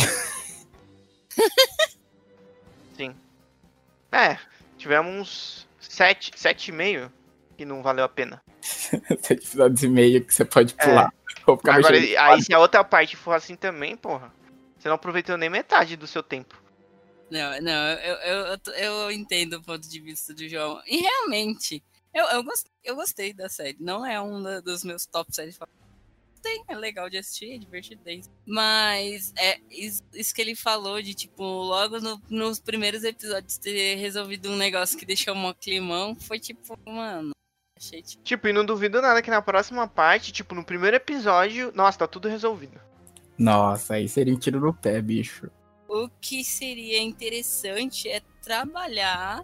Sim. É, tivemos uns sete, sete e meio que não valeu a pena. Sete episódios e meio que você pode pular. Ou ficar Agora, mexendo. aí se a outra parte for assim também, porra, você não aproveitou nem metade do seu tempo. Não, não, eu, eu, eu, tô- eu entendo o ponto de vista do João. E realmente, eu, eu, gostei, eu gostei da série. Não é um da- dos meus top séries favoritas. Tem, é legal de assistir, é divertido. Mas é isso, isso que ele falou de, tipo, logo no- nos primeiros episódios ter resolvido um negócio que deixou um climão, foi tipo, mano, achei tipo. Tipo, e não duvido nada que na próxima parte, tipo, no primeiro episódio, nossa, tá tudo resolvido. Nossa, aí seria um tiro no pé, bicho. O que seria interessante é trabalhar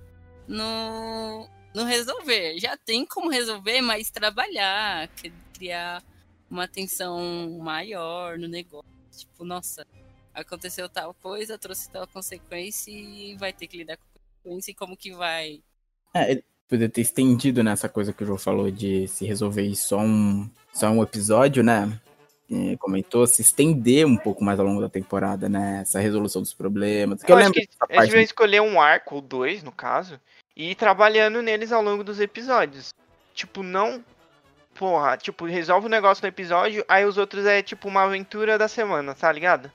no, no resolver. Já tem como resolver, mas trabalhar, cri- criar uma tensão maior no negócio. Tipo, nossa, aconteceu tal coisa, trouxe tal consequência e vai ter que lidar com a consequência e como que vai. É, ele poderia ter estendido nessa coisa que o João falou de se resolver em só um, só um episódio, né? É, comentou, se estender um pouco mais ao longo da temporada, né? Essa resolução dos problemas. Que eu, Eu acho lembro que dessa eles parte. deviam escolher um arco, ou dois, no caso, e ir trabalhando neles ao longo dos episódios. Tipo, não. Porra, tipo, resolve o negócio no episódio, aí os outros é tipo uma aventura da semana, tá ligado?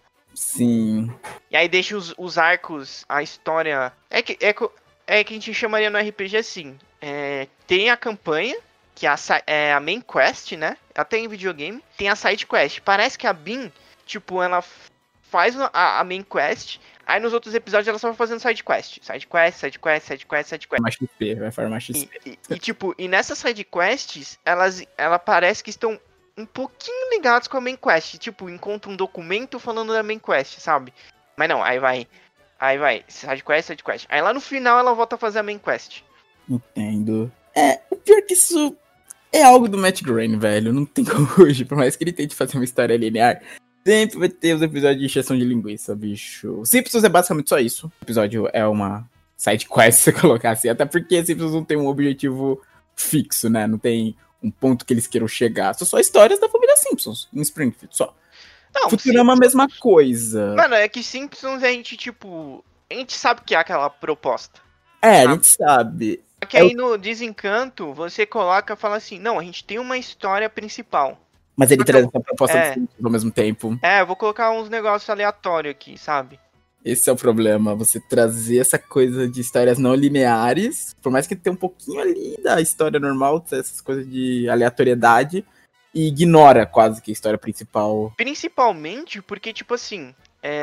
Sim. E aí deixa os, os arcos, a história. É que, é, co- é que a gente chamaria no R P G assim. É, tem a campanha, que é a, si- é a main quest, né? Até em videogame. Tem a side quest. Parece que a Bin, tipo, ela f- faz a, a main quest. Aí nos outros episódios ela só vai fazendo side quest. Side quest, side quest, side quest, side quest. Farmar X P, vai farmar E, X P. e- e, tipo, e nessas side quests, elas, ela parece que estão um pouquinho ligados com a main quest. Tipo, encontra um documento falando da main quest, sabe? Mas não, aí vai. Aí vai, side quest, side quest. Aí lá no final ela volta a fazer a main quest. Entendo. É, o pior é que isso é algo do Matt Groening, velho. Não tem como hoje, por mais que ele tente fazer uma história linear. Sempre vai ter os episódios de encheção de linguiça, bicho. O Simpsons é basicamente só isso. O episódio é uma side quest, se você colocar assim. Até porque Simpsons não tem um objetivo fixo, né? Não tem um ponto que eles queiram chegar. São só histórias da família Simpsons, em Springfield, só. Não, Futurama é a mesma coisa. Mano, é que Simpsons a gente, tipo. A gente sabe que é aquela proposta. É, a gente sabe. Só que É aí no Desencanto, você coloca e fala assim: não, a gente tem uma história principal. Mas ele Só que traz eu- essa proposta é. de Simpsons ao mesmo tempo. É, eu vou colocar uns negócios aleatórios aqui, sabe? Esse é o problema, você trazer essa coisa de histórias não lineares, por mais que tenha um pouquinho ali da história normal, essas coisas de aleatoriedade, e ignora quase que a história principal. Principalmente porque, tipo assim,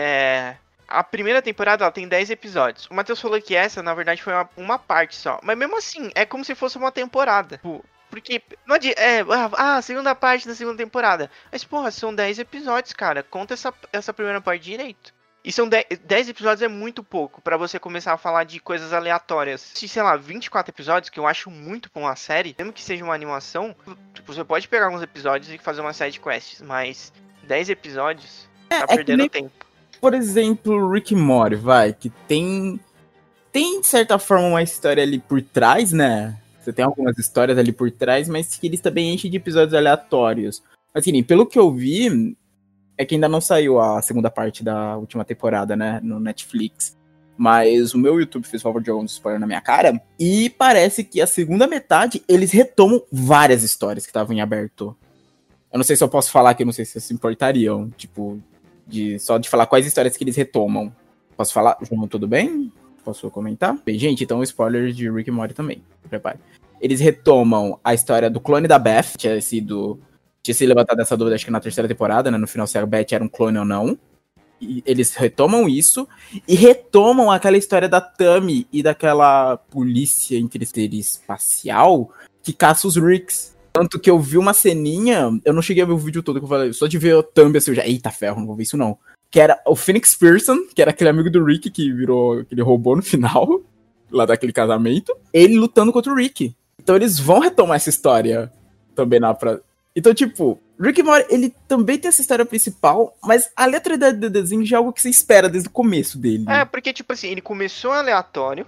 é. A primeira temporada ela tem dez episódios. O Matheus falou que essa, na verdade, foi uma, uma parte só. Mas mesmo assim, é como se fosse uma temporada. Tipo, porque. Não adianta. É, ah, a segunda parte da segunda temporada. Mas, porra, são dez episódios, cara. Conta essa, essa primeira parte direito. E são dez episódios é muito pouco pra você começar a falar de coisas aleatórias. Se, sei lá, vinte e quatro episódios, que eu acho muito pra uma série, mesmo que seja uma animação, tipo, você pode pegar alguns episódios e fazer uma side quest, mas dez episódios, tá é perdendo que tempo. Por exemplo, Rick and Morty, vai, que tem, tem, de certa forma, uma história ali por trás, né? Você tem algumas histórias ali por trás, mas que eles também enchem de episódios aleatórios. Assim, pelo que eu vi, é que ainda não saiu a segunda parte da última temporada, né, no Netflix. Mas o meu YouTube fez o favor de jogar um spoiler na minha cara, e parece que a segunda metade, eles retomam várias histórias que estavam em aberto. Eu não sei se eu posso falar aqui, eu não sei se vocês se importariam, tipo... De, só de falar quais histórias que eles retomam. Posso falar? João, tudo bem? Posso comentar? Bem, gente, então spoiler de Rick e Morty também. Prepare. Eles retomam a história do clone da Beth, que tinha sido... Tinha se levantado essa dúvida, acho que na terceira temporada, né? No final, se a Beth era um clone ou não. E eles retomam isso e retomam aquela história da Tammy e daquela polícia interespacial que caça os Ricks. Tanto que eu vi uma ceninha, eu não cheguei a ver o vídeo todo que eu falei, só de ver o Thumb assim, eu já, eita ferro, não vou ver isso não. Que era o Phoenix Pearson, que era aquele amigo do Rick que virou aquele robô no final, lá daquele casamento, ele lutando contra o Rick. Então eles vão retomar essa história também na pra... Então, tipo, Rick e Morty, ele também tem essa história principal, mas a aleatoriedade do desenho já é algo que você espera desde o começo dele. É, porque, tipo assim, ele começou aleatório.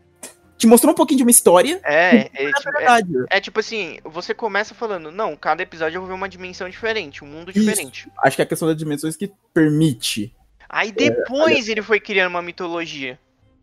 Te mostrou um pouquinho de uma história. É, é, tipo, verdade. é, é tipo assim, você começa falando, não, cada episódio eu vou ver uma dimensão diferente, um mundo Isso. diferente. Acho que é a questão das dimensões que permite. Aí depois é, ele foi criando uma mitologia.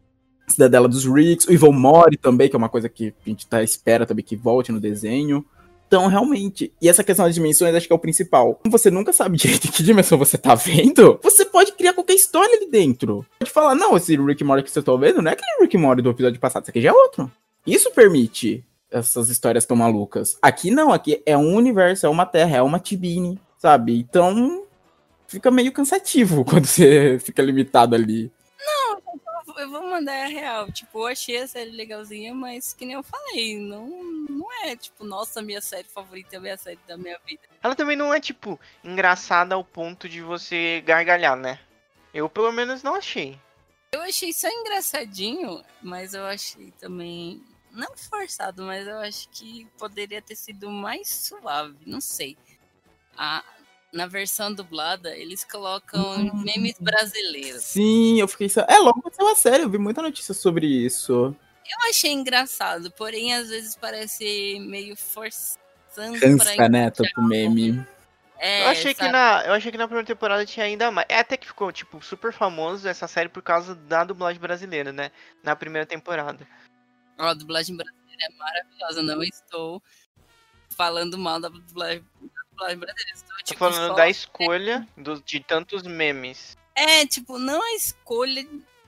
A cidadela dos Ricks, o Evil Morty também, que é uma coisa que a gente tá espera também que volte no desenho. Então, realmente, e essa questão das dimensões acho que é o principal. Como você nunca sabe direito em que dimensão você tá vendo, você pode criar qualquer história ali dentro. Pode falar, não, esse Rick e Morty que você tá vendo não é aquele Rick e Morty do episódio passado, isso aqui já é outro. Isso permite essas histórias tão malucas. Aqui não, aqui é um universo, é uma terra, é uma Tibine, sabe? Então, fica meio cansativo quando você fica limitado ali. Não, eu vou mandar a real. Tipo, eu achei a série legalzinha, mas que nem eu falei, não, não é, tipo, nossa, minha série favorita, a minha série da minha vida. Ela também não é, tipo, engraçada ao ponto de você gargalhar, né? Eu, pelo menos, não achei. Eu achei só engraçadinho, mas eu achei também, não forçado, mas eu acho que poderia ter sido mais suave, não sei. A... Na versão dublada, eles colocam hum. memes brasileiros. Sim, eu fiquei... É, logo saiu a série, eu vi muita notícia sobre isso. Eu achei engraçado, porém, às vezes parece meio forçando. Cansa, pra né, tanto meme. É, eu, achei que na, eu achei que na primeira temporada tinha ainda mais. É até que ficou, tipo, super famoso essa série por causa da dublagem brasileira, né? Na primeira temporada. Oh, a dublagem brasileira é maravilhosa, não estou falando mal da dublagem brasileira. Estou, tipo, Tô falando da escolha do, de tantos memes. É, tipo, não a escolha,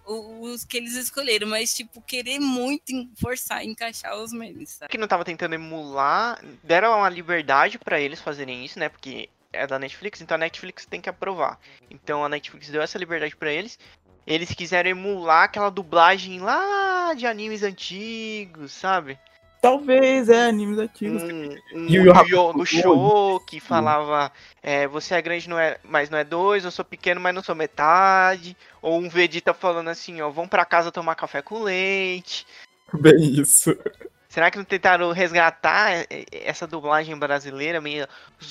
os que eles escolheram, mas, tipo, querer muito forçar, encaixar os memes, sabe? Que não tava tentando emular, deram uma liberdade pra eles fazerem isso, né? Porque é da Netflix, então a Netflix tem que aprovar. Então a Netflix deu essa liberdade pra eles. Eles quiseram emular aquela dublagem lá de animes antigos, sabe? Talvez, é, animes ativos. Um, um Yu Yu Show que falava é, você é grande, não é, mas não é dois, eu sou pequeno, mas não sou metade. Ou um Vegeta falando assim, ó, vão pra casa tomar café com leite. Bem isso. Será que não tentaram resgatar essa dublagem brasileira meio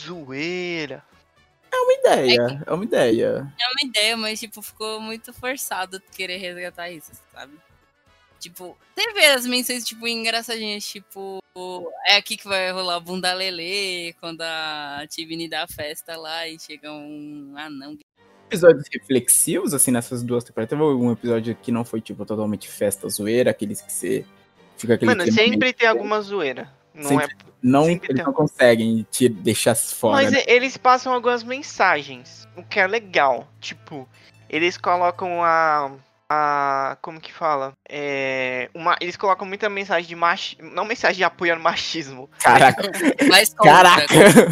zoeira? É uma ideia, é, é uma ideia. É uma ideia, mas tipo, ficou muito forçado querer resgatar isso, sabe? Tipo, teve as menções, tipo, engraçadinhas, tipo, é aqui que vai rolar o bunda lelê, quando a Tibini dá a festa lá e chega um anão. Episódios reflexivos, assim, nessas duas temporadas. Teve algum episódio que não foi, tipo, totalmente festa, zoeira, aqueles que você fica aquele... Mano, sempre tem alguma zoeira. Não sempre, é... Não, sempre eles tem... não conseguem te deixar fora. Mas né? eles passam algumas mensagens, o que é legal. Tipo, eles colocam a... A, como que fala? É, uma, eles colocam muita mensagem de machismo. Não mensagem de apoio ao machismo. Caraca. Mas Caraca.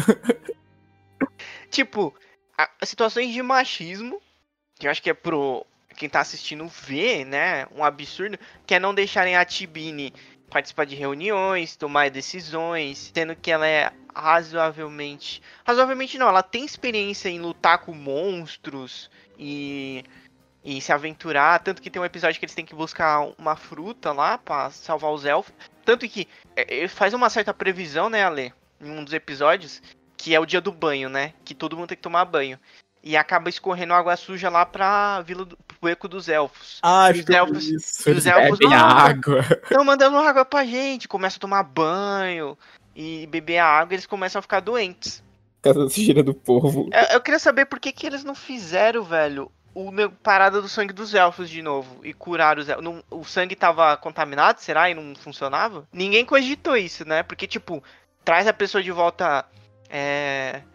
Tipo, a, situações de machismo, que eu acho que é pro quem tá assistindo ver, né? Um absurdo, que é não deixarem a Tibini participar de reuniões, tomar decisões, sendo que ela é razoavelmente... Razoavelmente não, ela tem experiência em lutar com monstros e... E se aventurar, tanto que tem um episódio que eles têm que buscar uma fruta lá pra salvar os elfos. Tanto que ele faz uma certa previsão, né, Ale? Em um dos episódios, que é o dia do banho, né? Que todo mundo tem que tomar banho. E acaba escorrendo água suja lá pra vila do pro Eco dos Elfos. Ah, e os elfos, isso. E os elfos bebem água. Estão mandando água pra gente. Começam a tomar banho e beber a água e eles começam a ficar doentes. Casa da sujeira do povo. Eu, eu queria saber por que, que eles não fizeram, velho, o parada do sangue dos elfos de novo e curar os elfos. Não, o sangue tava contaminado, será? E não funcionava? Ninguém cogitou isso, né? Porque, tipo, traz a pessoa de volta é,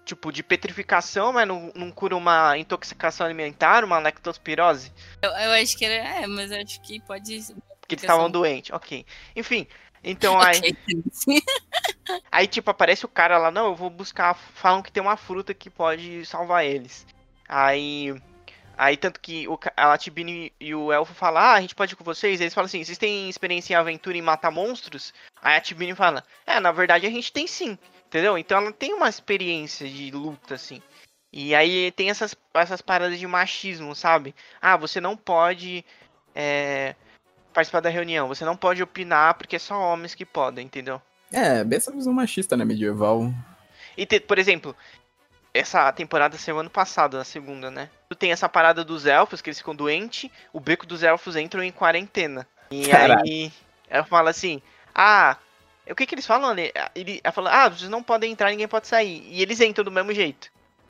tipo, de petrificação, mas não, não cura uma intoxicação alimentar, uma lactospirose? Eu, eu acho que era. É, mas eu acho que pode. Porque eles estavam doentes, ok. Enfim, então aí... Okay. Aí, tipo, aparece o cara lá, não, eu vou buscar... Falam que tem uma fruta que pode salvar eles. Aí... Aí, tanto que o, a Tibine e o Elfo falam, ah, a gente pode ir com vocês? Eles falam assim, vocês têm experiência em aventura em matar monstros? Aí a Tibine fala, é, na verdade a gente tem sim, entendeu? Então ela tem uma experiência de luta, assim. E aí tem essas, essas paradas de machismo, sabe? Ah, você não pode é, participar da reunião, você não pode opinar porque é só homens que podem, entendeu? É, bem essa visão machista, né, medieval. E, te, por exemplo... Essa temporada saiu ano passado, na segunda, né? Tem essa parada dos elfos, que eles ficam doentes, o beco dos elfos entram em quarentena. E Caraca. Aí ela fala assim, ah, o que que eles falam? Ele, ele, ela fala, ah, vocês não podem entrar, ninguém pode sair. E eles entram do mesmo jeito.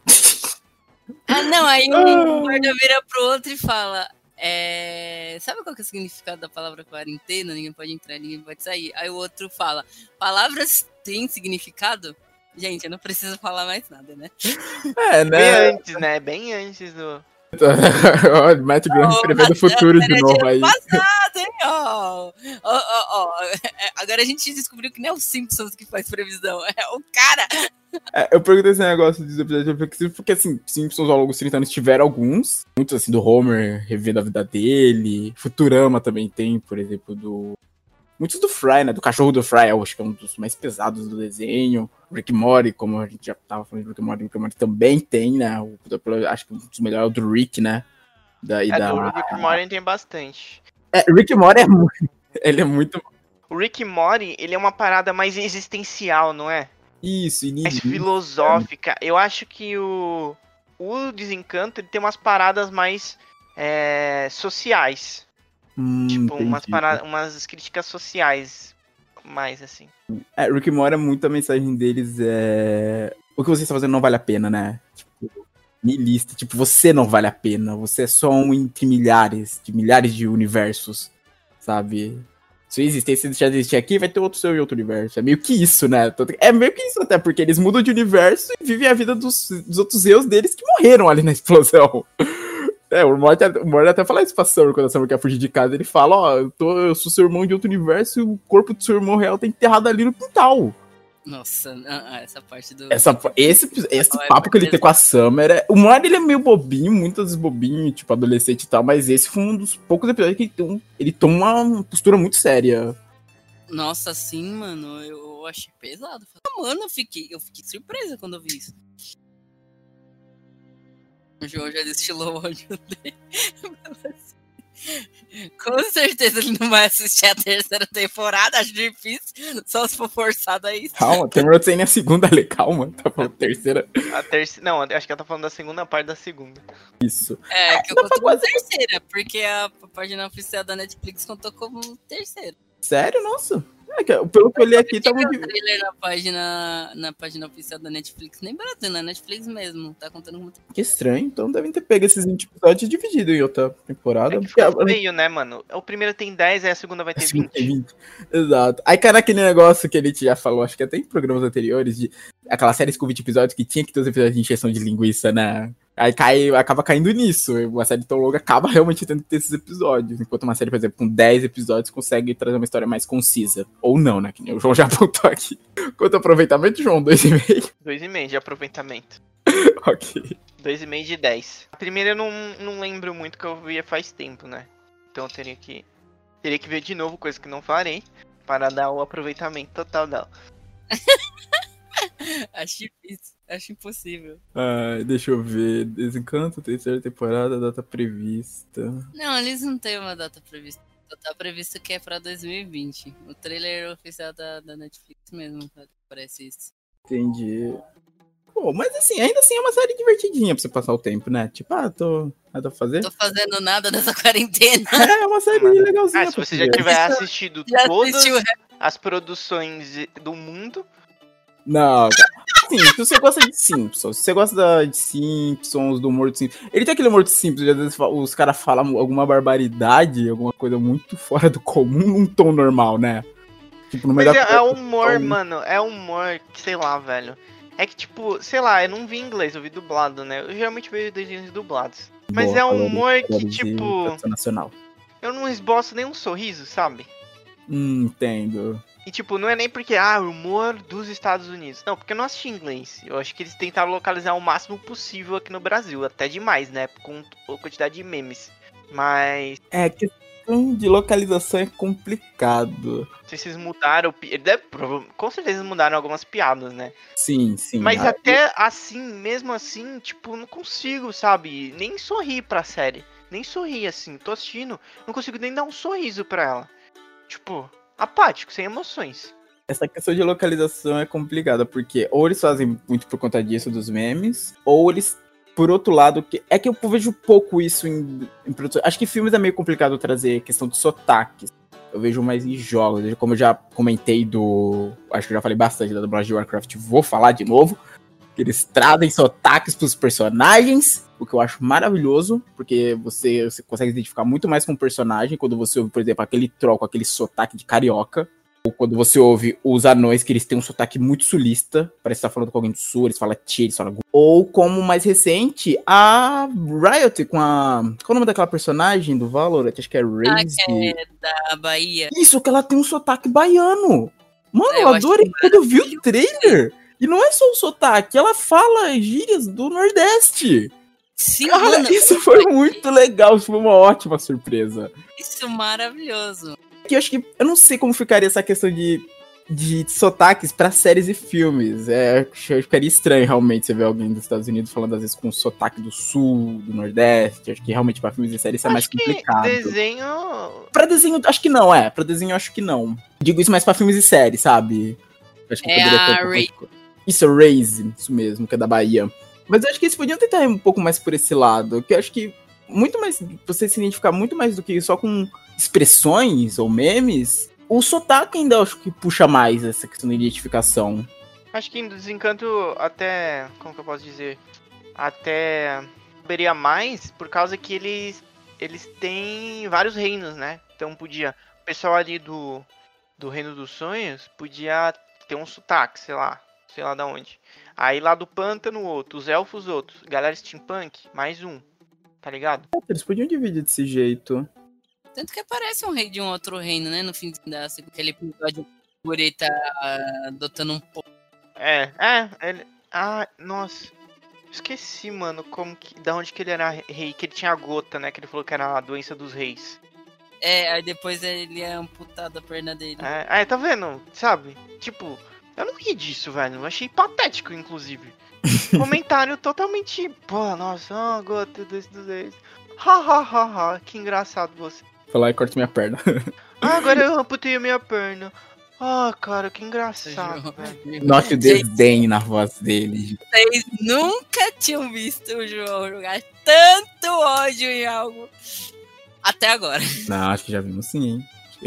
Ah, não, aí um guarda vira pro outro e fala, é... sabe qual que é o significado da palavra quarentena? Ninguém pode entrar, ninguém pode sair. Aí o outro fala, palavras têm significado? Gente, eu não preciso falar mais nada, né? É, né? Bem antes, né? Bem antes do... Olha, Matt Graham prevendo o futuro de novo aí. Passado, hein, ó. Ó, ó, ó. Agora a gente descobriu que não é o Simpsons que faz previsão, é o cara. É, eu perguntei esse negócio dos episódios reflexivos, porque assim, Simpsons ao longo dos trinta anos tiveram alguns. Muitos assim, do Homer revendo a vida dele. Futurama também tem, por exemplo, do... Muitos do Fry, né? Do cachorro do Fry, eu acho que é um dos mais pesados do desenho. Rick Morty, como a gente já tava falando de Rick Morty, Rick Morty também tem, né? O, acho que um dos melhores é o do Rick, né? Da, e é, da... do Rick Morty tem bastante. É, o Rick Morty é muito... Ele é muito... O Rick Morty, ele é uma parada mais existencial, não é? Isso, e mais filosófica. Eu acho que o... O Desencanto, ele tem umas paradas mais é, sociais. Hum, tipo, umas, para... umas críticas sociais, mais assim. É, Rick and Morty, muito a mensagem deles é... O que você está fazendo não vale a pena, né? Tipo, niilista. Tipo, você não vale a pena. Você é só um entre milhares, de milhares de universos, sabe? Se existência deixar de existir aqui, vai ter outro seu em outro universo. É meio que isso, né? É meio que isso até, porque eles mudam de universo e vivem a vida dos, dos outros eus deles que morreram ali na explosão. É, o Morty, o Morty até fala isso pra Summer, quando a Summer quer fugir de casa, ele fala, ó, eu, tô, eu sou seu irmão de outro universo e o corpo do seu irmão real tá enterrado ali no quintal. Nossa, essa parte do... Essa, esse esse oh, papo é que ele tem com a Summer, é, o Morty ele é meio bobinho, muitas vezes bobinho, tipo, adolescente e tal, mas esse foi um dos poucos episódios que ele, tem, ele toma uma postura muito séria. Nossa, sim, mano, eu achei pesado. Mano, eu fiquei, eu fiquei surpresa quando eu vi isso. O João já destilou o ódio dele. Com certeza ele não vai assistir a terceira temporada, acho difícil, só se for forçado a isso. Calma, terminou de sair na segunda, Ale, calma, tá falando terceira. A terceira, não, acho que ela tá falando da segunda parte da segunda. Isso. É, que eu conto como terceira, porque a página oficial da Netflix contou como terceira. Sério? Nossa. É, pelo que eu li aqui, tá muito... O trailer na página, na página oficial da Netflix, nem Brasil, na Netflix mesmo, tá contando como... Que estranho, então devem ter pego esses vinte episódios e dividido em outra temporada. É que ficou meio, né, mano? O primeiro tem dez, aí a segunda vai ter vinte. Tem vinte. Exato. Aí cai naquele negócio que a gente já falou, acho que até em programas anteriores, de aquela série com vinte episódios que tinha que ter os episódios de encheção de linguiça, né? Aí cai, acaba caindo nisso. Uma série tão longa acaba realmente tendo que ter esses episódios. Enquanto uma série, por exemplo, com dez episódios consegue trazer uma história mais concisa. Ou não, né? Que nem o João já apontou aqui. Quanto aproveitamento, João? dois vírgula cinco? dois vírgula cinco de aproveitamento. Ok. dois vírgula cinco de dez. A primeira eu não, não lembro muito, que eu via faz tempo, né? Então eu teria que, teria que ver de novo, coisa que não farei, para dar o aproveitamento total dela. Acho difícil, acho impossível. Ah, deixa eu ver. Desencanto, terceira temporada, data prevista. Não, eles não têm uma data prevista. Tá previsto que é pra dois mil e vinte. O trailer oficial da, da Netflix mesmo, parece isso. Entendi. Pô, mas assim, ainda assim é uma série divertidinha pra você passar o tempo, né? Tipo, ah, tô nada a fazer. Tô fazendo nada nessa quarentena. É, uma série mas... legalzinha. Ah, se você já tiver assistido já todas assistiu... as produções do mundo... Não, sim, se você gosta de Simpsons, se você gosta de Simpsons, do humor de Simpsons... Ele tem aquele humor de Simpsons, às vezes os caras falam alguma barbaridade, alguma coisa muito fora do comum, num tom normal, né? Tipo, no Mas é, é humor, tom... mano, é humor, que sei lá, velho. É que, tipo, sei lá, eu não vi em inglês, eu vi dublado, né? Eu geralmente vejo desenhos dublados. Mas Boa, é um valorize- humor que, valorize tipo, produção nacional. eu não esboço nem um sorriso, sabe? Hum, entendo. E, tipo, não é nem porque, ah, o humor dos Estados Unidos. Não, porque eu não assisti em inglês. Eu acho que eles tentaram localizar o máximo possível aqui no Brasil. Até demais, né? Com a quantidade de memes. Mas, É, questão de localização é complicado. não sei se eles mudaram. pi- ele deve- prova- com certeza eles mudaram algumas piadas, né? Sim, sim. Mas ah, até assim, mesmo assim, tipo, não consigo, sabe? Nem sorrir pra série. Nem sorrir, assim. Tô assistindo, não consigo nem dar um sorriso pra ela. Tipo, apático, sem emoções. Essa questão de localização é complicada, porque ou eles fazem muito por conta disso dos memes, ou eles, por outro lado, que é que eu vejo pouco isso em, em produção. Acho que filmes é meio complicado trazer questão de sotaques. Eu vejo mais em jogos, como eu já comentei do... Acho que eu já falei bastante da dublagem de Warcraft, vou falar de novo. Que eles trazem sotaques pros personagens, o que eu acho maravilhoso, porque você, você consegue identificar muito mais com o personagem quando você ouve, por exemplo, aquele troll com aquele sotaque de carioca. Ou quando você ouve os anões, que eles têm um sotaque muito sulista, parece que tá falando com alguém do sul, eles falam tchê, eles falam... Ou como mais recente, a Riot com a... Qual é o nome daquela personagem do Valorant? Acho que é Ah, Raze. que é da Bahia. Isso, que ela tem um sotaque baiano. Mano, Eu eu acho adorei quando eu vi o maravilhoso. trailer. E não é só o sotaque, ela fala gírias do Nordeste. Sim, Cara, mano, isso foi muito legal, isso foi uma ótima surpresa. isso é maravilhoso. Que eu acho que, eu não sei como ficaria essa questão de, de sotaques pra séries e filmes. É, acho que ficaria estranho realmente você ver alguém dos Estados Unidos falando às vezes com sotaque do Sul, do Nordeste. Acho que realmente pra filmes e séries isso é mais Acho que complicado. desenho. Pra desenho, acho que não, é. Pra desenho, acho que não. Digo isso mais pra filmes e séries, sabe? Acho que É poderia ter a um pouco Ray- mais- Isso, Raze, isso mesmo, que é da Bahia. Mas eu acho que eles podiam tentar ir um pouco mais por esse lado, que eu acho que muito mais, você se identificar muito mais do que só com expressões ou memes, o sotaque ainda eu acho que puxa mais essa questão da identificação. Acho que em Desencanto até. Como que eu posso dizer? Até. Saberia mais por causa que eles. Eles têm vários reinos, né? Então podia. O pessoal ali do. Do Reino dos Sonhos podia ter um sotaque, sei lá. Sei lá da onde. Aí lá do Pântano, outro. Os elfos, outros. Galera Steampunk, mais um. Tá ligado? Eles podiam dividir desse jeito. Tanto que aparece um rei de um outro reino, né? No fim da aquele episódio, o Guri tá ah, adotando um pouco. É, é. Ele... Ah, nossa. Esqueci, mano, como que. Da onde que ele era rei, que ele tinha a gota, né? Que ele falou que era a doença dos reis. É, aí depois ele é amputado a perna dele. É, é, tá vendo? Sabe? Tipo, eu não ri disso, velho. Eu achei patético, inclusive. Comentário totalmente. Pô, nossa, ah, gota doença dos reis. Ha, ha, ha, ha. Que engraçado você. Foi lá e corta minha perna. Ah, agora eu amputei a minha perna. Ah, cara, que engraçado, velho. Note o desdém na voz dele. Vocês nunca tinham visto o João jogar tanto ódio em algo até agora. Não, acho que já vimos sim, hein?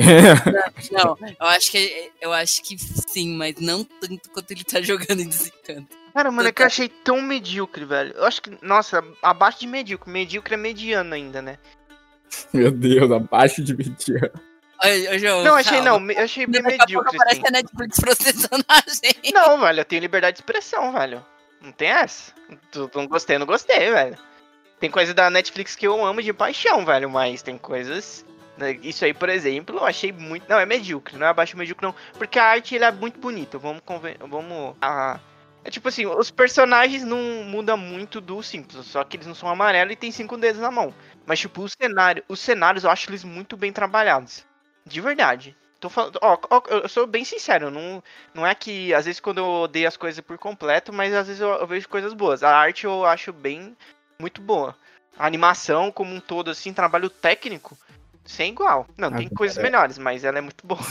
Não, eu acho que eu acho que sim, mas não tanto quanto ele tá jogando em Desencanto. Cara, mano, é que eu achei tão medíocre, velho. Eu acho que, nossa, abaixo de medíocre. Medíocre é mediano ainda, né? Meu Deus, abaixo de mediano. Ô, ô, João, Não, achei calma. não. me- Eu achei bem Daqui a pouco medíocre, aparece assim. a Netflix processando a gente. Não, velho, eu tenho liberdade de expressão, velho. Não tem essa. Tu, tu não gostei, eu não gostei, velho. Tem coisa da Netflix que eu amo de paixão, velho, mas tem coisas... né, isso aí, por exemplo, eu achei muito... Não, é medíocre, não é abaixo do medíocre, não. Porque a arte, ele é muito bonita, vamos... Conven... vamos ah, é tipo assim, os personagens não mudam muito do simples, só que eles não são amarelos e tem cinco dedos na mão. Mas, tipo, o cenário... Os cenários, eu acho eles muito bem trabalhados. De verdade. Tô falando, ó, ó, eu sou bem sincero, não, não é que às vezes quando eu odeio as coisas por completo, mas às vezes eu, eu vejo coisas boas. A arte eu acho bem, muito boa. A animação como um todo, assim, trabalho técnico, sem igual. Não, tem Agora coisas é. melhores, mas ela é muito boa.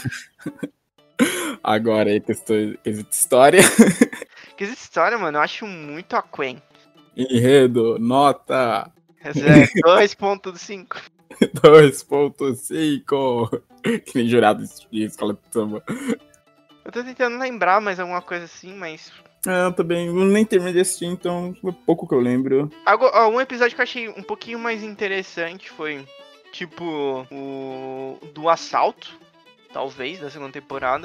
Agora aí, questão quesito história. Que essa história, mano, eu acho muito aquém. Enredo, nota Essa é dois ponto cinco. dois ponto cinco. Que nem jurado de escola de samba. Eu tô tentando lembrar mais alguma coisa assim, mas... Ah, eu também eu nem terminei de assistir, então é pouco que eu lembro. Algo, ó, um episódio que eu achei um pouquinho mais interessante foi, tipo, o do assalto, talvez, da segunda temporada.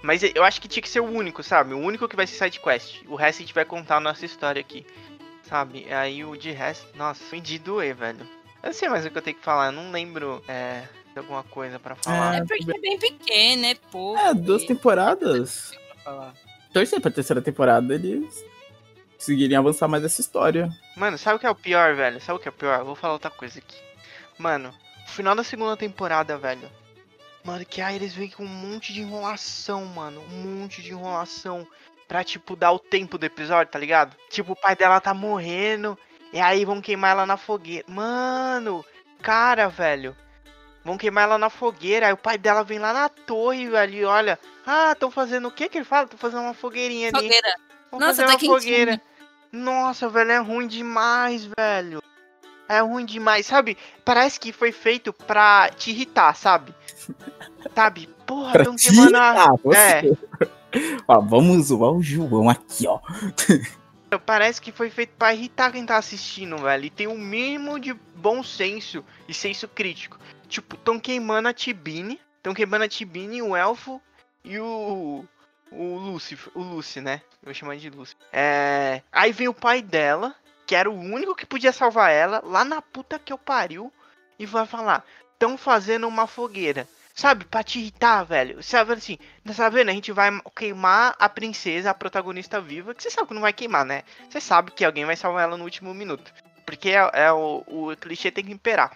Mas eu acho que tinha que ser o único, sabe? O único que vai ser side quest. O resto a gente vai contar a nossa história aqui, sabe? Aí o de resto, nossa, fui de doer, velho. Eu não sei mais o que eu tenho que falar, eu não lembro é, de alguma coisa pra falar. É porque é bem pequeno, é pouco. É, duas e- temporadas. pra falar. Torcer pra terceira temporada eles conseguirem avançar mais essa história. Mano, sabe o que é o pior, velho? Sabe o que é o pior? Eu vou falar outra coisa aqui. Mano, o final da segunda temporada, velho. Mano, que aí eles vêm com um monte de enrolação, mano. Um monte de enrolação. Pra, tipo, dar o tempo do episódio, tá ligado? Tipo, o pai dela tá morrendo. E aí vão queimar ela na fogueira. Mano, cara, velho. Vão queimar ela na fogueira. Aí o pai dela vem lá na torre, velho. E olha. Ah, tão fazendo o que que ele fala? Tô fazendo uma fogueirinha ali. Fogueira. Vou Nossa, fazer tá uma quentinho. fogueira. Nossa, velho, é ruim demais, velho. É ruim demais, sabe? Parece que foi feito pra te irritar, sabe? Sabe? Porra, Pra tão ti? queimando a... Ah, você. É, Ó, vamos zoar o João aqui, ó. parece que foi feito pra irritar quem tá assistindo, velho. E tem o mínimo de bom senso e senso crítico. Tipo, tão queimando a Tibine. Tão queimando a Tibine, o Elfo e o... O Lucy, o Lucy, né? Eu vou chamar de Lucy. É... Aí vem o pai dela, que era o único que podia salvar ela, lá na puta que eu pariu, e vai falar, tão fazendo uma fogueira. Sabe, pra te irritar, velho. Sabe assim, tá vendo? A gente vai queimar a princesa, a protagonista viva, que você sabe que não vai queimar, né? Você sabe que alguém vai salvar ela no último minuto. Porque é, é o, o clichê tem que imperar.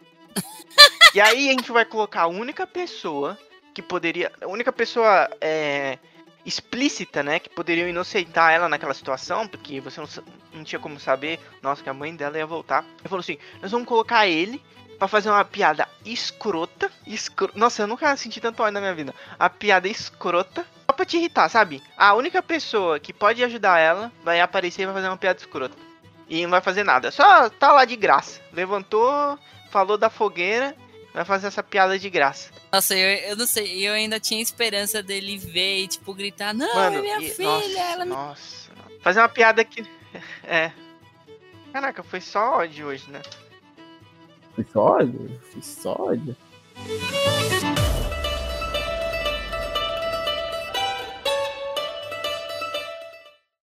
E aí a gente vai colocar a única pessoa que poderia... A única pessoa é, explícita, né? Que poderia inocentar ela naquela situação, porque você não, não tinha como saber, nossa, que a mãe dela ia voltar. Ele falou assim, nós vamos colocar ele pra fazer uma piada escrota. Escro... Nossa, eu nunca senti tanto ódio na minha vida. A piada escrota. Só pra te irritar, sabe? A única pessoa que pode ajudar ela vai aparecer e vai fazer uma piada escrota. E não vai fazer nada. Só tá lá de graça. Levantou, falou da fogueira, vai fazer essa piada de graça. Nossa, eu, eu não sei, eu ainda tinha esperança dele ver e, tipo, gritar, não, Mano, é minha e- filha, nossa, ela me... nossa. Fazer uma piada que... É. Caraca, foi só ódio hoje, né? Foi só ódio? Foi só ódio.